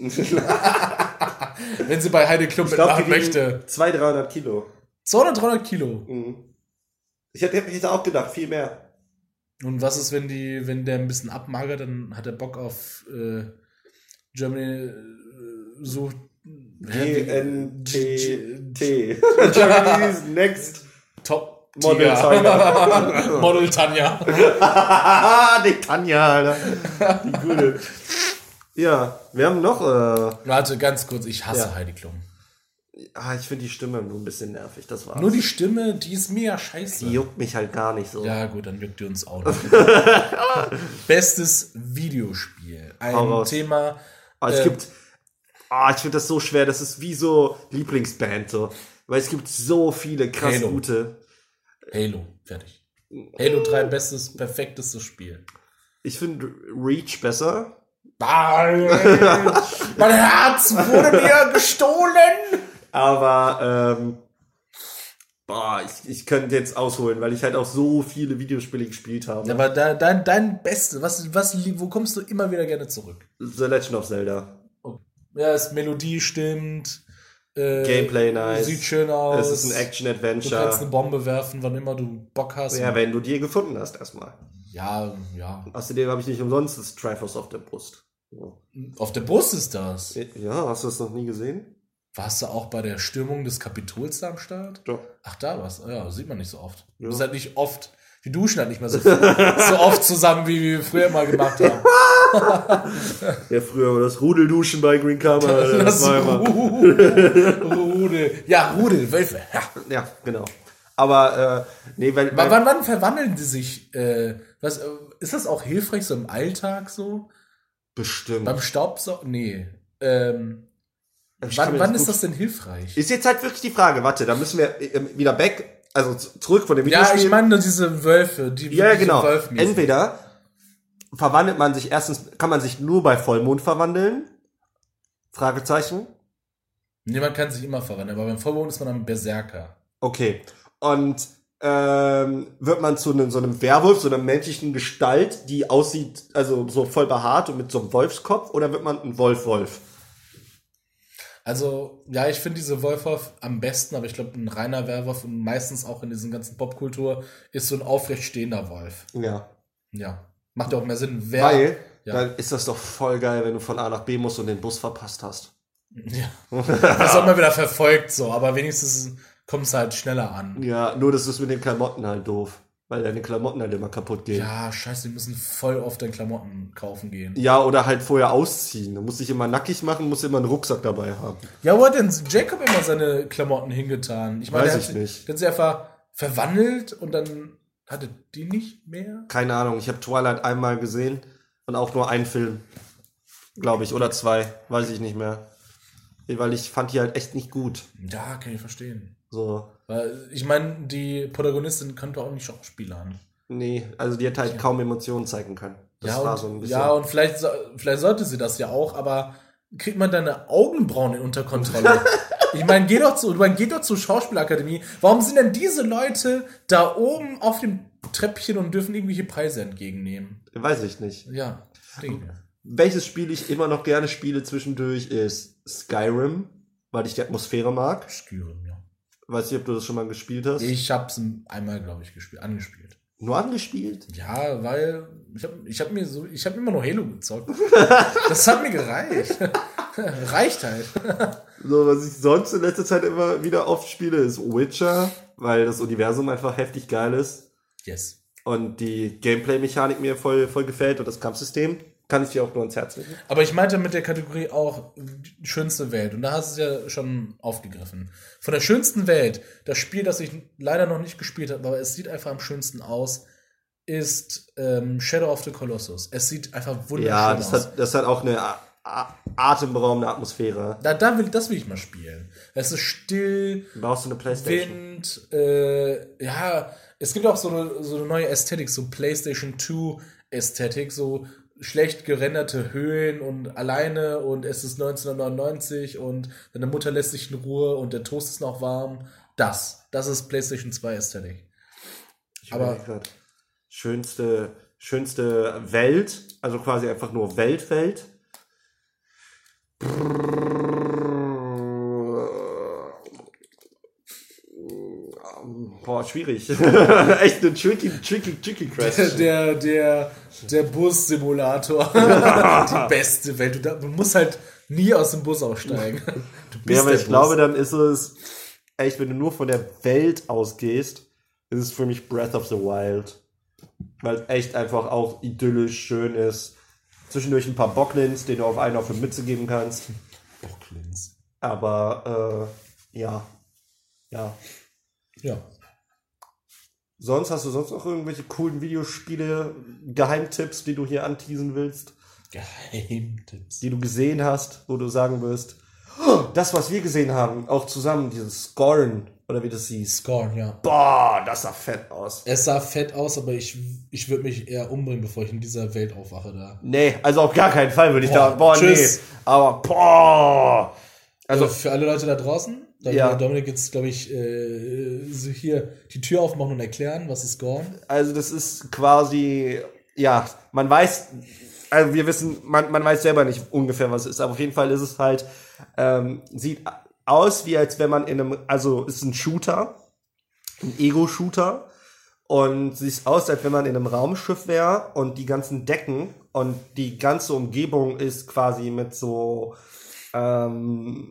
Speaker 1: Wenn sie bei Heide Klum mitmachen möchte.
Speaker 2: zweihundert, dreihundert Kilo.
Speaker 1: zweihundert, dreihundert Kilo.
Speaker 2: Mhm. Ich hätte, ich hätte auch gedacht, viel mehr.
Speaker 1: Und was ist, wenn die, wenn der ein bisschen abmagert, dann hat er Bock auf äh, Germany äh, sucht.
Speaker 2: G N T T. Germany's Next
Speaker 1: Top
Speaker 2: Model Tanja.
Speaker 1: Model Tanja.
Speaker 2: Die Tanja, Alter. Die gute. Ja, wir haben noch. Äh,
Speaker 1: Warte, ganz kurz, ich hasse
Speaker 2: ja.
Speaker 1: Heidi Klum.
Speaker 2: Ah, ich finde die Stimme nur ein bisschen nervig, das war's.
Speaker 1: Nur die Stimme, die ist mega scheiße.
Speaker 2: Die juckt mich halt gar nicht so.
Speaker 1: Ja, gut, dann juckt die uns auch nicht. Bestes Videospiel. Ein Thema.
Speaker 2: Aber es
Speaker 1: äh,
Speaker 2: gibt. Ah, ich finde das so schwer, das ist wie so Lieblingsband so. Weil es gibt so viele krass
Speaker 1: Halo.
Speaker 2: gute.
Speaker 1: Halo, fertig. Halo drei, bestes, perfektestes Spiel.
Speaker 2: Ich finde Reach besser.
Speaker 1: Nein, mein Herz wurde mir gestohlen.
Speaker 2: Aber, ähm, boah, ich, ich könnte jetzt ausholen, weil ich halt auch so viele Videospiele gespielt habe.
Speaker 1: Aber da, dein, dein Bestes, was, was, wo kommst du immer wieder gerne zurück?
Speaker 2: The Legend of Zelda.
Speaker 1: Ja, es Melodie stimmt. Äh,
Speaker 2: Gameplay nice.
Speaker 1: Sieht schön aus.
Speaker 2: Es ist ein Action-Adventure.
Speaker 1: Du kannst eine Bombe werfen, wann immer du Bock hast.
Speaker 2: Ja, wenn du die gefunden hast, erstmal.
Speaker 1: Ja, ja.
Speaker 2: Außerdem habe ich nicht umsonst das Triforce auf der Brust. So.
Speaker 1: Auf der Brust ist das.
Speaker 2: Ja, hast du das noch nie gesehen?
Speaker 1: Warst du auch bei der Stürmung des Kapitols da am Start?
Speaker 2: Ja.
Speaker 1: Ach, da war's. Ja, sieht man nicht so oft.
Speaker 2: Ja.
Speaker 1: Du bist halt nicht oft. Wir duschen halt nicht mehr so, so oft zusammen, wie wir früher mal gemacht haben.
Speaker 2: Ja, früher war das Rudelduschen bei Green Karma. Das,
Speaker 1: das
Speaker 2: war immer.
Speaker 1: Rudel. Ja, Rudel, Wölfe. Ja,
Speaker 2: ja genau. Aber, äh, nee, weil. weil
Speaker 1: wann, wann verwandeln die sich? Äh, was, äh, ist das auch hilfreich so im Alltag so?
Speaker 2: Bestimmt.
Speaker 1: Beim Staubsaugen? Nee. Ähm, wann wann ist das denn hilfreich?
Speaker 2: Ist jetzt halt wirklich die Frage, warte, da müssen wir äh, wieder weg. Also zurück von dem Videospiel.
Speaker 1: Ja, ich meine nur diese Wölfe, die
Speaker 2: ja, genau.
Speaker 1: Wolfmäßig.
Speaker 2: Entweder verwandelt man sich erstens, kann man sich nur bei Vollmond verwandeln? Fragezeichen.
Speaker 1: Nee, man kann sich immer verwandeln, aber beim Vollmond ist man ein Berserker.
Speaker 2: Okay. Und ähm, wird man zu einem, so einem Werwolf, so einer menschlichen Gestalt, die aussieht, also so voll behaart und mit so einem Wolfskopf, oder wird man ein Wolf-Wolf?
Speaker 1: Also, ja, ich finde diese Wolfwolf am besten, aber ich glaube, ein reiner Werwolf und meistens auch in diesen ganzen Popkultur ist so ein aufrecht stehender Wolf.
Speaker 2: Ja.
Speaker 1: Ja. Macht ja auch mehr Sinn. Wer,
Speaker 2: Weil,
Speaker 1: ja.
Speaker 2: dann ist das doch voll geil, wenn du von A nach B musst und den Bus verpasst hast.
Speaker 1: Ja. Das ist auch mal wieder verfolgt so, aber wenigstens kommt es halt schneller an.
Speaker 2: Ja, nur das ist mit den Klamotten halt doof. Weil deine Klamotten halt immer kaputt gehen.
Speaker 1: Ja, scheiße, die müssen voll oft deine Klamotten kaufen gehen.
Speaker 2: Ja, oder halt vorher ausziehen. Du musst dich immer nackig machen, musst immer einen Rucksack dabei haben.
Speaker 1: Ja, wo hat denn Jacob immer seine Klamotten hingetan? Ich meine,
Speaker 2: Weiß
Speaker 1: der
Speaker 2: ich
Speaker 1: hat,
Speaker 2: nicht.
Speaker 1: Der hat sie einfach verwandelt und dann hatte die nicht mehr?
Speaker 2: Keine Ahnung, ich habe Twilight einmal gesehen und auch nur einen Film. Glaube ich, oder zwei. Weiß ich nicht mehr. Weil ich fand die halt echt nicht gut.
Speaker 1: Ja, kann ich verstehen.
Speaker 2: So.
Speaker 1: Weil, ich meine, die Protagonistin konnte auch nicht Schauspielern.
Speaker 2: Nee, also die hat halt ja. kaum Emotionen zeigen können. Das
Speaker 1: ja,
Speaker 2: war
Speaker 1: und,
Speaker 2: so ein bisschen.
Speaker 1: Ja, und vielleicht, vielleicht sollte sie das ja auch, aber kriegt man deine Augenbrauen unter Kontrolle? Ich meine, geh doch zu, man geht doch zur Schauspielakademie. Warum sind denn diese Leute da oben auf dem Treppchen und dürfen irgendwelche Preise entgegennehmen?
Speaker 2: Weiß ich nicht.
Speaker 1: Ja, denke ich.
Speaker 2: Welches Spiel ich immer noch gerne spiele zwischendurch ist Skyrim, weil ich die Atmosphäre mag.
Speaker 1: Skyrim, ja.
Speaker 2: Weiß nicht, ob du das schon mal gespielt hast.
Speaker 1: Ich hab's einmal, glaube ich, gespielt, angespielt.
Speaker 2: Nur angespielt?
Speaker 1: Ja, weil ich habe ich hab mir so, ich habe immer nur Halo gezockt. Das hat mir gereicht. Reicht halt.
Speaker 2: So, was ich sonst in letzter Zeit immer wieder oft spiele, ist Witcher, weil das Universum einfach heftig geil ist.
Speaker 1: Yes.
Speaker 2: Und die Gameplay-Mechanik mir voll, voll gefällt und das Kampfsystem. Kann ich dir auch nur ans Herz legen.
Speaker 1: Aber ich meinte mit der Kategorie auch die schönste Welt. Und da hast du es ja schon aufgegriffen. Von der schönsten Welt, das Spiel, das ich leider noch nicht gespielt habe, aber es sieht einfach am schönsten aus, ist ähm, Shadow of the Colossus. Es sieht einfach wunderschön
Speaker 2: ja, das
Speaker 1: aus.
Speaker 2: Hat, das hat auch eine atemberaubende Atmosphäre.
Speaker 1: Da, da will, das will ich mal spielen. Es ist still,
Speaker 2: brauchst du eine Playstation?
Speaker 1: Wind, äh, ja, es gibt auch so eine, so eine neue Ästhetik, so PlayStation zwei Ästhetik, so schlecht gerenderte Höhen und alleine und es ist neunzehnhundertneunundneunzig und deine Mutter lässt sich in Ruhe und der Toast ist noch warm. Das, das ist PlayStation zwei Ästhetik.
Speaker 2: Ich Aber grad. schönste schönste Welt, also quasi einfach nur Weltwelt. Boah, schwierig. Echt eine tricky, tricky, tricky question.
Speaker 1: Der, der, der Bus-Simulator. Die beste Welt. Du, du musst halt nie aus dem Bus aussteigen. Du bist
Speaker 2: ja, aber
Speaker 1: der
Speaker 2: ich
Speaker 1: Bus.
Speaker 2: glaube, dann ist es echt, wenn du nur von der Welt ausgehst, ist es für mich Breath of the Wild. Weil es echt einfach auch idyllisch schön ist. Zwischendurch ein paar Bocklins, denen du auf einen auf eine Mütze geben kannst.
Speaker 1: Bocklins.
Speaker 2: Aber, äh, ja. Ja.
Speaker 1: Ja.
Speaker 2: Sonst hast du sonst noch irgendwelche coolen Videospiele, Geheimtipps, die du hier anteasen willst?
Speaker 1: Geheimtipps.
Speaker 2: Die du gesehen hast, wo du sagen wirst, oh, das, was wir gesehen haben, auch zusammen, dieses Scorn, oder wie das hieß.
Speaker 1: Scorn, ja.
Speaker 2: Boah, das sah fett aus.
Speaker 1: Es sah fett aus, aber ich, ich würde mich eher umbringen, bevor ich in dieser Welt aufwache da.
Speaker 2: Nee, also auf gar keinen Fall würde ich
Speaker 1: boah,
Speaker 2: da, boah,
Speaker 1: tschüss.
Speaker 2: nee. Aber, boah.
Speaker 1: Also äh, für alle Leute da draußen, da
Speaker 2: ja.
Speaker 1: Dominik jetzt, glaube ich, äh, so hier die Tür aufmachen und erklären, was ist Scorn?
Speaker 2: Also das ist quasi, ja, man weiß, also wir wissen, man, man weiß selber nicht ungefähr, was es ist, aber auf jeden Fall ist es halt, ähm, sieht aus, wie als wenn man in einem, also ist ein Shooter, ein Ego-Shooter und sieht aus, als wenn man in einem Raumschiff wäre und die ganzen Decken und die ganze Umgebung ist quasi mit so, ähm,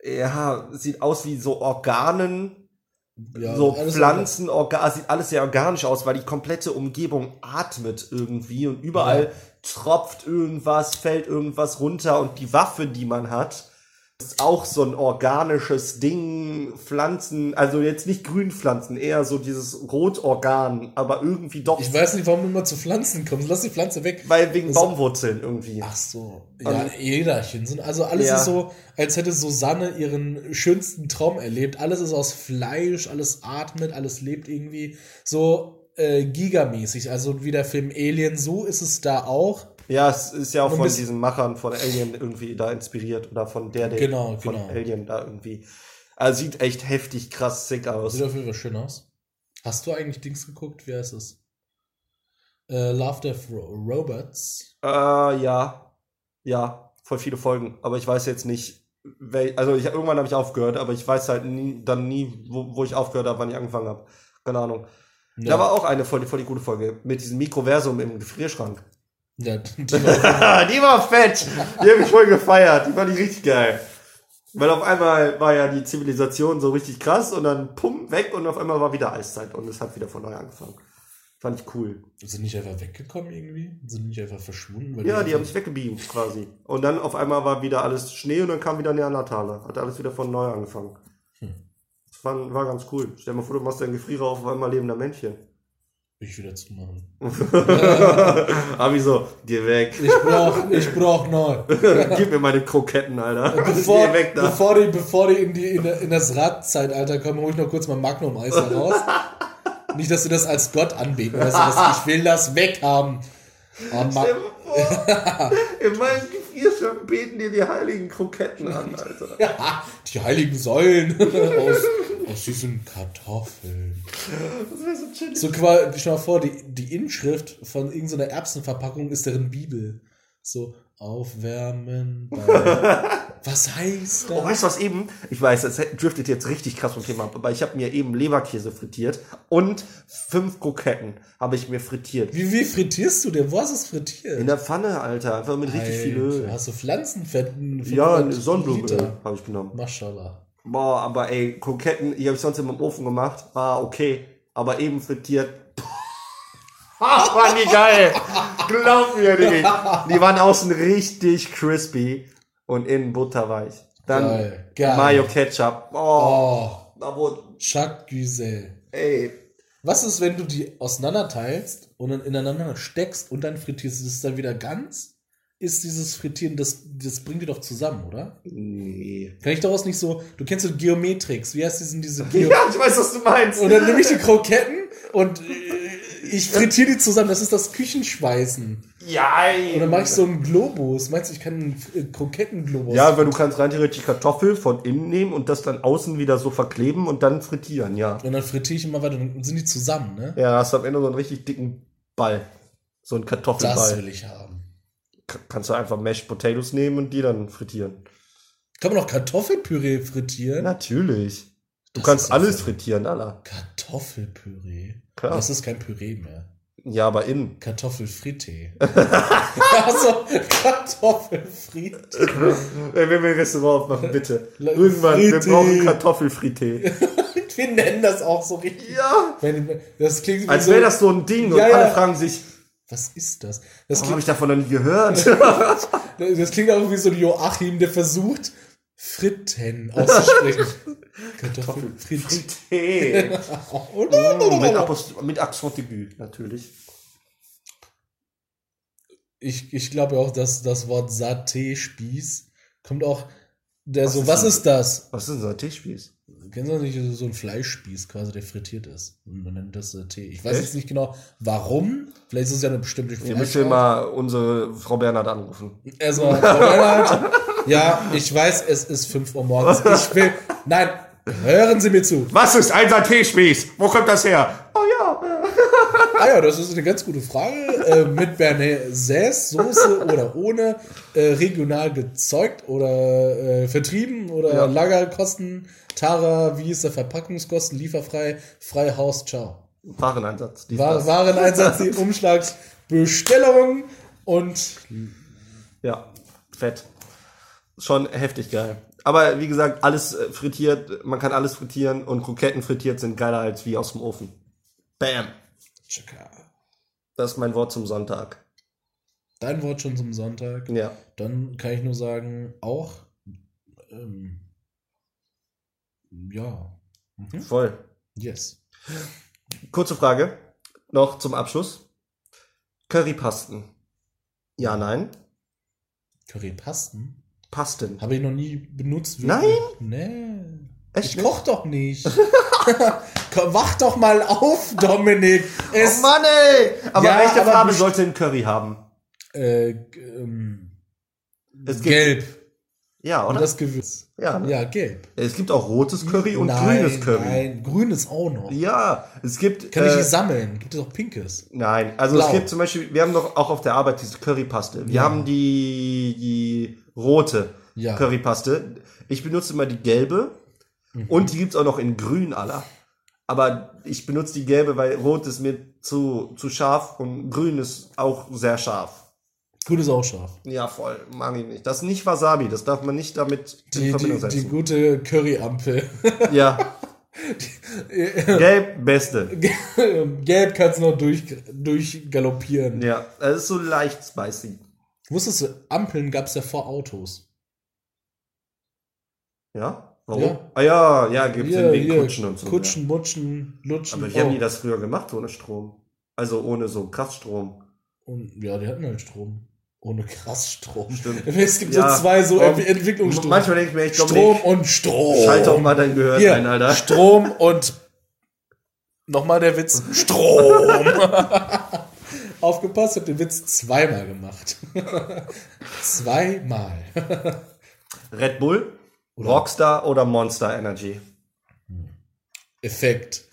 Speaker 2: ja, sieht aus wie so Organen,
Speaker 1: Ja,
Speaker 2: so
Speaker 1: alles
Speaker 2: Pflanzen, Organ, sieht alles sehr organisch aus, weil die komplette Umgebung atmet irgendwie und überall
Speaker 1: Ja.
Speaker 2: tropft irgendwas, fällt irgendwas runter und die Waffe, die man hat, ist auch so ein organisches Ding, Pflanzen, also jetzt nicht Grünpflanzen, eher so dieses Rotorgan, aber irgendwie doch,
Speaker 1: Ich weiß nicht, warum du immer zu Pflanzen kommst. Lass die Pflanze weg.
Speaker 2: weil wegen
Speaker 1: Das-
Speaker 2: Baumwurzeln irgendwie.
Speaker 1: Ach so. Ja, Äderchen sind. Also alles
Speaker 2: Ja.
Speaker 1: ist so, als hätte Susanne ihren schönsten Traum erlebt. Alles ist aus Fleisch, alles atmet, alles lebt irgendwie so äh, gigamäßig. Also wie der Film Alien, so ist es da auch.
Speaker 2: Ja, es ist ja auch
Speaker 1: Ein
Speaker 2: von
Speaker 1: bisschen-
Speaker 2: diesen Machern von Alien irgendwie da inspiriert oder von der, der
Speaker 1: Genau,
Speaker 2: von
Speaker 1: genau.
Speaker 2: Alien da irgendwie. Also sieht echt heftig krass sick aus.
Speaker 1: Sieht auf jeden Fall schön aus. Hast du eigentlich Dings geguckt? Wie heißt es? Äh, Love, Death, Ro- Robots.
Speaker 2: Äh, ja. Ja, voll viele Folgen. Aber ich weiß jetzt nicht, wel also ich, irgendwann habe ich aufgehört, aber ich weiß halt nie, dann nie, wo, wo ich aufgehört habe, wann ich angefangen habe. Keine Ahnung. Da war auch eine voll, voll die gute Folge mit diesem Mikroversum im Gefrierschrank.
Speaker 1: Ja, die war,
Speaker 2: Die war fett. Die habe ich voll gefeiert. Die fand ich richtig geil. Weil auf einmal war ja die Zivilisation so richtig krass und dann pum, weg und auf einmal war wieder Eiszeit und es hat wieder von neu angefangen. Fand ich cool.
Speaker 1: sind nicht einfach weggekommen irgendwie? Sind nicht einfach verschwunden? Weil
Speaker 2: Ja, die haben
Speaker 1: einfach-
Speaker 2: sich weggebeamt quasi. Und dann auf einmal war wieder alles Schnee und dann kam wieder Neandertaler. Hat alles wieder von neu angefangen.
Speaker 1: Hm.
Speaker 2: Das war, war ganz cool. Stell dir mal vor, du machst deinen Gefrierer auf einmal lebender Männchen.
Speaker 1: Ich wieder zumachen.
Speaker 2: Abi so, geh weg.
Speaker 1: Ich brauch, ich brauch neu.
Speaker 2: Gib mir meine Kroketten, Alter.
Speaker 1: Bevor,
Speaker 2: geh weg da.
Speaker 1: bevor die, bevor die in, die in, der- in das Radzeitalter kommen, hol ich noch kurz mal Magnum-Eis heraus. Nicht, dass du das als Gott anbeten weißt du, was, ich will das weghaben. Oh, Ma
Speaker 2: Stell dir mal vor, in meinem Gefrierschrank beten dir die heiligen Kroketten an, Alter.
Speaker 1: ja, die heiligen Säulen aus, aus diesen Kartoffeln.
Speaker 2: Das wäre so chillig.
Speaker 1: So, quasi, stell dir mal vor, die, die Inschrift von irgendeiner Erbsenverpackung ist deren Bibel. So, aufwärmen bei... Was heißt das?
Speaker 2: Oh, weißt du was eben? Ich weiß, es driftet jetzt richtig krass vom Thema ab, aber ich habe mir eben Leberkäse frittiert und fünf Kroketten habe ich mir frittiert.
Speaker 1: Wie, wie frittierst du denn? Wo hast du es frittiert?
Speaker 2: In der Pfanne, Alter, einfach mit richtig viel Öl.
Speaker 1: Hast du Pflanzenfetten?
Speaker 2: Ja,
Speaker 1: fünfhundert
Speaker 2: Sonnenblumenöl
Speaker 1: Liter?
Speaker 2: habe ich genommen.
Speaker 1: Maschallah.
Speaker 2: Boah, aber ey, Kroketten, die habe ich sonst immer im Ofen gemacht, war okay, aber eben frittiert. Ach, waren die geil! Glaub mir nicht. Die waren außen richtig crispy und innen butterweich. Dann
Speaker 1: Geil, geil.
Speaker 2: Mayo Ketchup. Oh,
Speaker 1: Oh,
Speaker 2: da wurde,
Speaker 1: Jacques Güzel.
Speaker 2: ey.
Speaker 1: Was ist, wenn du die auseinanderteilst und dann ineinander steckst und dann frittierst? Ist es dann wieder ganz? Ist dieses Frittieren, das, das bringt die doch zusammen, oder?
Speaker 2: Nee.
Speaker 1: Kann ich daraus nicht so, du kennst so Geometrix, wie heißt diesen, diese Geo...
Speaker 2: Ja, ich weiß, was du meinst.
Speaker 1: Und dann nehme ich die Kroketten und äh, ich frittiere die zusammen, das ist das Küchenschweißen.
Speaker 2: Ja,
Speaker 1: Und dann mache ich so einen Globus. Meinst du, ich kann einen äh, Krokettenglobus?
Speaker 2: ja, weil du kannst rein theoretisch Kartoffel von innen nehmen und das dann außen wieder so verkleben und dann frittieren, ja.
Speaker 1: Und dann frittiere ich immer weiter, dann sind die zusammen, ne?
Speaker 2: Ja, hast du am Ende so einen richtig dicken Ball. So einen
Speaker 1: Das
Speaker 2: Kartoffelball.
Speaker 1: will ich haben.
Speaker 2: K- Kannst du einfach Mashed Potatoes nehmen und die dann frittieren.
Speaker 1: Kann man auch Kartoffelpüree frittieren?
Speaker 2: Natürlich. Du
Speaker 1: Das
Speaker 2: kannst
Speaker 1: ist
Speaker 2: alles
Speaker 1: also-
Speaker 2: frittieren, Alter.
Speaker 1: Kartoffelpüree.
Speaker 2: Klar.
Speaker 1: Das ist kein Püree mehr.
Speaker 2: Ja, aber innen.
Speaker 1: Kartoffelfritee. also, Kartoffelfritee.
Speaker 2: Ey, wenn wir ein Restaurant aufmachen, bitte.
Speaker 1: La-
Speaker 2: Irgendwann, wir
Speaker 1: Fritee.
Speaker 2: brauchen Kartoffelfritee.
Speaker 1: Wir nennen das auch so richtig.
Speaker 2: Ja.
Speaker 1: Wenn- Das klingt wie
Speaker 2: Als
Speaker 1: so,
Speaker 2: wäre das so ein Ding und
Speaker 1: Ja, ja.
Speaker 2: alle fragen sich,
Speaker 1: Was ist das? Das
Speaker 2: warum habe
Speaker 1: klingt,
Speaker 2: ich davon noch nie gehört?
Speaker 1: das klingt auch wie so ein Joachim, der versucht, Fritten auszusprechen. Kartoffelfritee.
Speaker 2: Fritee. mit, Apost mit Accent aigu, natürlich.
Speaker 1: Ich, ich glaube auch, dass das Wort Saté-Spieß kommt auch, der
Speaker 2: Was
Speaker 1: so,
Speaker 2: ist
Speaker 1: was
Speaker 2: das?
Speaker 1: ist das?
Speaker 2: Was ist denn so ein Teespieß?
Speaker 1: Kennst du nicht so ein Fleischspieß quasi, der frittiert ist? Und man nennt das Saté. Ich weiß
Speaker 2: Echt?
Speaker 1: jetzt nicht genau, warum. Vielleicht ist es ja eine bestimmte
Speaker 2: Wir müssen mal unsere Frau Bernhard anrufen.
Speaker 1: Also, Frau Reinhardt, ja, ich weiß, es ist fünf Uhr morgens. Ich will, nein, hören Sie mir zu.
Speaker 2: Was ist ein Saté-Spieß? Wo kommt das her? Oh ja.
Speaker 1: Ah ja, das ist eine ganz gute Frage. Äh, mit Bernaise-Soße oder ohne, äh, regional gezeugt oder äh, vertrieben oder
Speaker 2: Ja.
Speaker 1: Lagerkosten, Tara, wie ist der Verpackungskosten, lieferfrei, frei Haus, ciao.
Speaker 2: Wareneinsatz. dies,
Speaker 1: War,
Speaker 2: das.
Speaker 1: Wareneinsatz, die Umschlagsbestellung und
Speaker 2: Ja, fett. Schon heftig geil. Aber wie gesagt, alles äh, frittiert, man kann alles frittieren und Kroketten frittiert sind geiler als wie aus dem Ofen. Bam.
Speaker 1: Chaka.
Speaker 2: Das ist mein Wort zum Sonntag.
Speaker 1: Dein Wort schon zum Sonntag.
Speaker 2: Ja.
Speaker 1: Dann kann ich nur sagen, auch, ähm, ja. Mhm.
Speaker 2: Voll.
Speaker 1: Yes.
Speaker 2: Kurze Frage, noch zum Abschluss. Currypasten. Ja, nein?
Speaker 1: Currypasten?
Speaker 2: Pasten.
Speaker 1: Habe ich noch nie benutzt.
Speaker 2: Nein?
Speaker 1: Nee.
Speaker 2: Echt
Speaker 1: Ich
Speaker 2: nicht?
Speaker 1: koch doch nicht. Komm, wach doch mal auf, Dominik. Es,
Speaker 2: Oh Mann, ey! Aber
Speaker 1: Ja,
Speaker 2: welche
Speaker 1: aber
Speaker 2: Farbe
Speaker 1: best-
Speaker 2: sollte ein Curry haben?
Speaker 1: äh, g- ähm,
Speaker 2: Es gibt,
Speaker 1: gelb.
Speaker 2: Ja,
Speaker 1: Und
Speaker 2: oder?
Speaker 1: das Gewürz.
Speaker 2: Ja, ne?
Speaker 1: Ja, gelb.
Speaker 2: Es gibt auch rotes Curry und
Speaker 1: nein,
Speaker 2: grünes Curry.
Speaker 1: Nein, grünes auch noch.
Speaker 2: Ja, es gibt.
Speaker 1: Kann ich
Speaker 2: äh,
Speaker 1: die sammeln? Gibt es auch pinkes?
Speaker 2: Nein, also
Speaker 1: Blau.
Speaker 2: es gibt zum Beispiel, wir haben doch auch auf der Arbeit diese Currypaste. Wir
Speaker 1: Ja.
Speaker 2: haben die, die rote
Speaker 1: Ja.
Speaker 2: Currypaste. Ich benutze immer die gelbe
Speaker 1: Mhm.
Speaker 2: und die gibt's auch noch in grün aller. Aber ich benutze die gelbe, weil rot ist mir zu, zu scharf und grün ist auch sehr scharf.
Speaker 1: Grün ist auch scharf.
Speaker 2: Ja, voll, mag ich nicht. Das ist nicht Wasabi, das darf man nicht damit in
Speaker 1: Die,
Speaker 2: Verbindung
Speaker 1: die, die
Speaker 2: setzen.
Speaker 1: gute Curryampel.
Speaker 2: Ja, gelb, beste.
Speaker 1: Gelb kannst du noch durch, durchgaloppieren.
Speaker 2: Ja, das ist so leicht spicy.
Speaker 1: Wusstest du, Ampeln gab es ja vor Autos.
Speaker 2: Ja? Warum?
Speaker 1: Ja.
Speaker 2: Ah ja, ja, gibt's
Speaker 1: Hier,
Speaker 2: in wegen
Speaker 1: hier,
Speaker 2: Kutschen und so.
Speaker 1: Kutschen, Mutschen, Lutschen.
Speaker 2: Ja. Aber wie haben
Speaker 1: oh.
Speaker 2: die das früher gemacht ohne Strom? Also ohne so Kraftstrom.
Speaker 1: Und, ja, die hatten halt Strom. Ohne krass Strom.
Speaker 2: Stimmt.
Speaker 1: Es gibt
Speaker 2: Ja,
Speaker 1: so zwei so
Speaker 2: warum-
Speaker 1: Ent- Entwicklungsstufen.
Speaker 2: Manchmal denke ich mir echt,
Speaker 1: Strom
Speaker 2: Dominik,
Speaker 1: und Strom.
Speaker 2: schalt doch mal dein Gehör
Speaker 1: Hier,
Speaker 2: ein, Alter.
Speaker 1: Strom und nochmal der Witz. Strom. Aufgepasst, ich hab den Witz zweimal gemacht. zweimal.
Speaker 2: Red Bull, Rockstar oder Monster Energy?
Speaker 1: Effekt.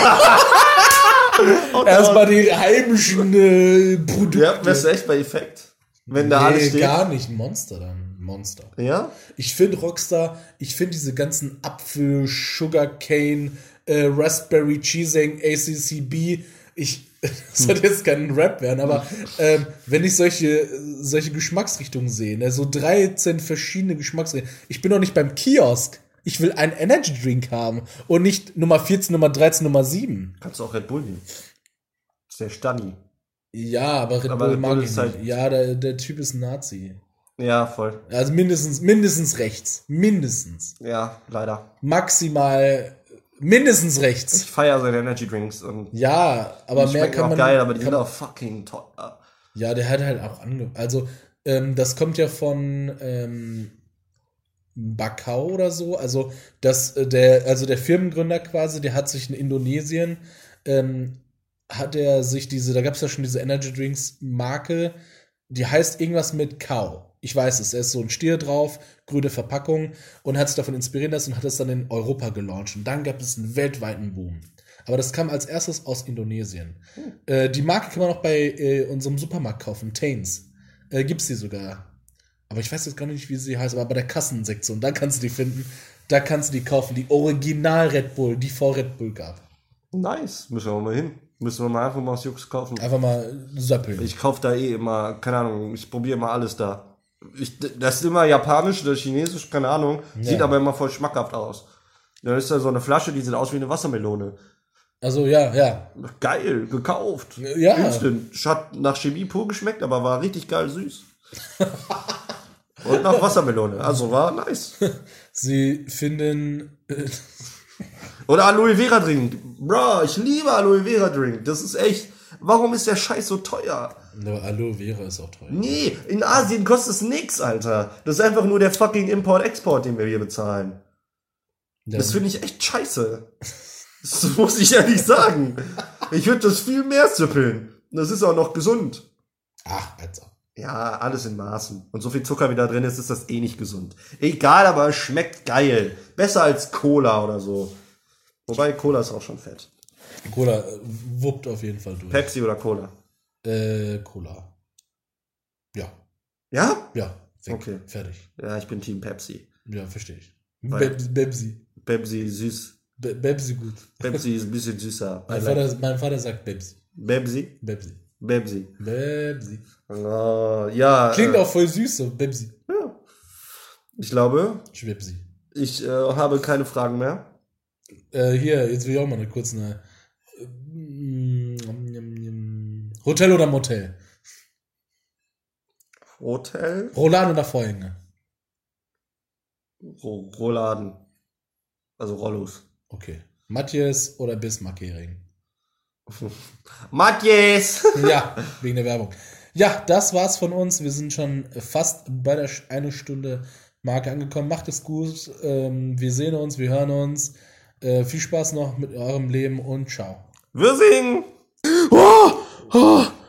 Speaker 1: Erstmal die heimischen äh, Produkte.
Speaker 2: Ja, wärst du echt bei Effekt? Wenn da alles
Speaker 1: nee,
Speaker 2: steht?
Speaker 1: gar nicht. Monster dann. Monster.
Speaker 2: Ja?
Speaker 1: Ich finde Rockstar, ich finde diese ganzen Apfel, Sugarcane, äh, Raspberry, Cheesang, A C C B, ich, das soll jetzt kein Rap werden, aber ähm, wenn ich solche, solche Geschmacksrichtungen sehe, ne, so dreizehn verschiedene Geschmacksrichtungen, ich bin doch nicht beim Kiosk. Ich will einen Energy Drink haben und nicht Nummer vierzehn, Nummer dreizehn, Nummer sieben.
Speaker 2: Kannst du auch Red Bull nehmen. Das ist der Stani.
Speaker 1: Ja, aber Red
Speaker 2: Aber
Speaker 1: Bull
Speaker 2: Red
Speaker 1: mag
Speaker 2: Bull
Speaker 1: ich
Speaker 2: ist
Speaker 1: nicht.
Speaker 2: halt-
Speaker 1: Ja, der, der Typ ist ein Nazi.
Speaker 2: Ja, voll.
Speaker 1: Also mindestens, mindestens rechts. Mindestens.
Speaker 2: Ja, leider.
Speaker 1: Maximal mindestens rechts.
Speaker 2: Ich feiere seine Energy Drinks und
Speaker 1: Ja, aber
Speaker 2: die
Speaker 1: mehr
Speaker 2: schmecken
Speaker 1: kann
Speaker 2: auch
Speaker 1: man.
Speaker 2: geil, aber die
Speaker 1: kann,
Speaker 2: sind auch fucking teuer.
Speaker 1: ja, der hat halt auch ange. Also, ähm, das kommt ja von ähm, Bacau oder so. Also, das, äh, der, also der Firmengründer quasi, der hat sich in Indonesien, ähm, hat er sich diese, da gab es ja schon diese Energy Drinks Marke, die heißt irgendwas mit Kau. Ich weiß es, er ist so ein Stier drauf, grüne Verpackung und hat sich davon inspirieren lassen und hat es dann in Europa gelauncht. Und dann gab es einen weltweiten Boom. Aber das kam als erstes aus Indonesien.
Speaker 2: Hm.
Speaker 1: Äh, die Marke kann man auch bei äh, unserem Supermarkt kaufen, Tains. Äh, gibt's die sogar. Aber ich weiß jetzt gar nicht, wie sie heißt, aber bei der Kassensektion, da kannst du die finden. Da kannst du die kaufen. Die Original Red Bull, die vor Red Bull gab.
Speaker 2: Nice. Müssen wir mal hin. Müssen wir mal einfach mal aus Jux kaufen.
Speaker 1: Einfach mal söppeln.
Speaker 2: Ich kaufe da eh immer, keine Ahnung, ich probiere immer alles da. Ich, das ist immer japanisch oder chinesisch, keine Ahnung. Sieht
Speaker 1: Ja.
Speaker 2: aber immer voll schmackhaft aus. Dann ist da so eine Flasche, die sieht aus wie eine Wassermelone.
Speaker 1: Also ja, ja.
Speaker 2: Geil, gekauft.
Speaker 1: Ja.
Speaker 2: Instant. Hat nach Chemie pur geschmeckt, aber war richtig geil süß. Und nach Wassermelone. Also war nice.
Speaker 1: Sie finden. Äh,
Speaker 2: Oder Aloe Vera Drink. Bro, ich liebe Aloe Vera Drink. Das ist echt. Warum ist der Scheiß so teuer?
Speaker 1: nur Aloe Vera ist auch teuer.
Speaker 2: Nee, in Asien kostet es nix, Alter. Das ist einfach nur der fucking Import-Export, den wir hier bezahlen.
Speaker 1: Ja,
Speaker 2: Das finde ich echt scheiße. Das muss ich ehrlich sagen. Ich würde das viel mehr süppeln. Das ist auch noch gesund.
Speaker 1: ach, also.
Speaker 2: Ja, alles in Maßen. Und so viel Zucker wie da drin ist, ist das eh nicht gesund. Egal, aber es schmeckt geil. Besser als Cola oder so. Wobei, Cola ist auch schon fett.
Speaker 1: Cola äh, wuppt auf jeden Fall durch.
Speaker 2: Pepsi oder Cola?
Speaker 1: Äh, Cola. Ja.
Speaker 2: Ja?
Speaker 1: Ja. Weg.
Speaker 2: Okay.
Speaker 1: Fertig.
Speaker 2: Ja, ich bin Team Pepsi.
Speaker 1: Ja, verstehe ich.
Speaker 2: Weil-
Speaker 1: Beb- Bebsi.
Speaker 2: Pepsi süß.
Speaker 1: Be Bebsi gut.
Speaker 2: Pepsi ist ein bisschen süßer.
Speaker 1: Mein Vater, mein Vater sagt Bebsi.
Speaker 2: Pepsi?
Speaker 1: Bebsi.
Speaker 2: Pepsi.
Speaker 1: Bebsi.
Speaker 2: Oh, ja.
Speaker 1: Klingt
Speaker 2: äh,
Speaker 1: auch voll süß, so Bebsi.
Speaker 2: Ja. Ich glaube,
Speaker 1: Schwipsi.
Speaker 2: ich äh, habe keine Fragen mehr.
Speaker 1: Äh, hier, jetzt will ich auch mal eine kurze. Eine, Hotel oder Motel?
Speaker 2: Hotel?
Speaker 1: Rolladen oder Vorhänge?
Speaker 2: Ro Rolladen. Also Rollos.
Speaker 1: Okay. Matthias oder Bismarck-Hering?
Speaker 2: Matthias!
Speaker 1: Ja, wegen der Werbung. Ja, das war's von uns. Wir sind schon fast bei der eine Stunde Marke angekommen. Macht es gut. Ähm, wir sehen uns, wir hören uns. Äh, viel Spaß noch mit eurem Leben und ciao.
Speaker 2: Wir singen!
Speaker 1: Oh, oh.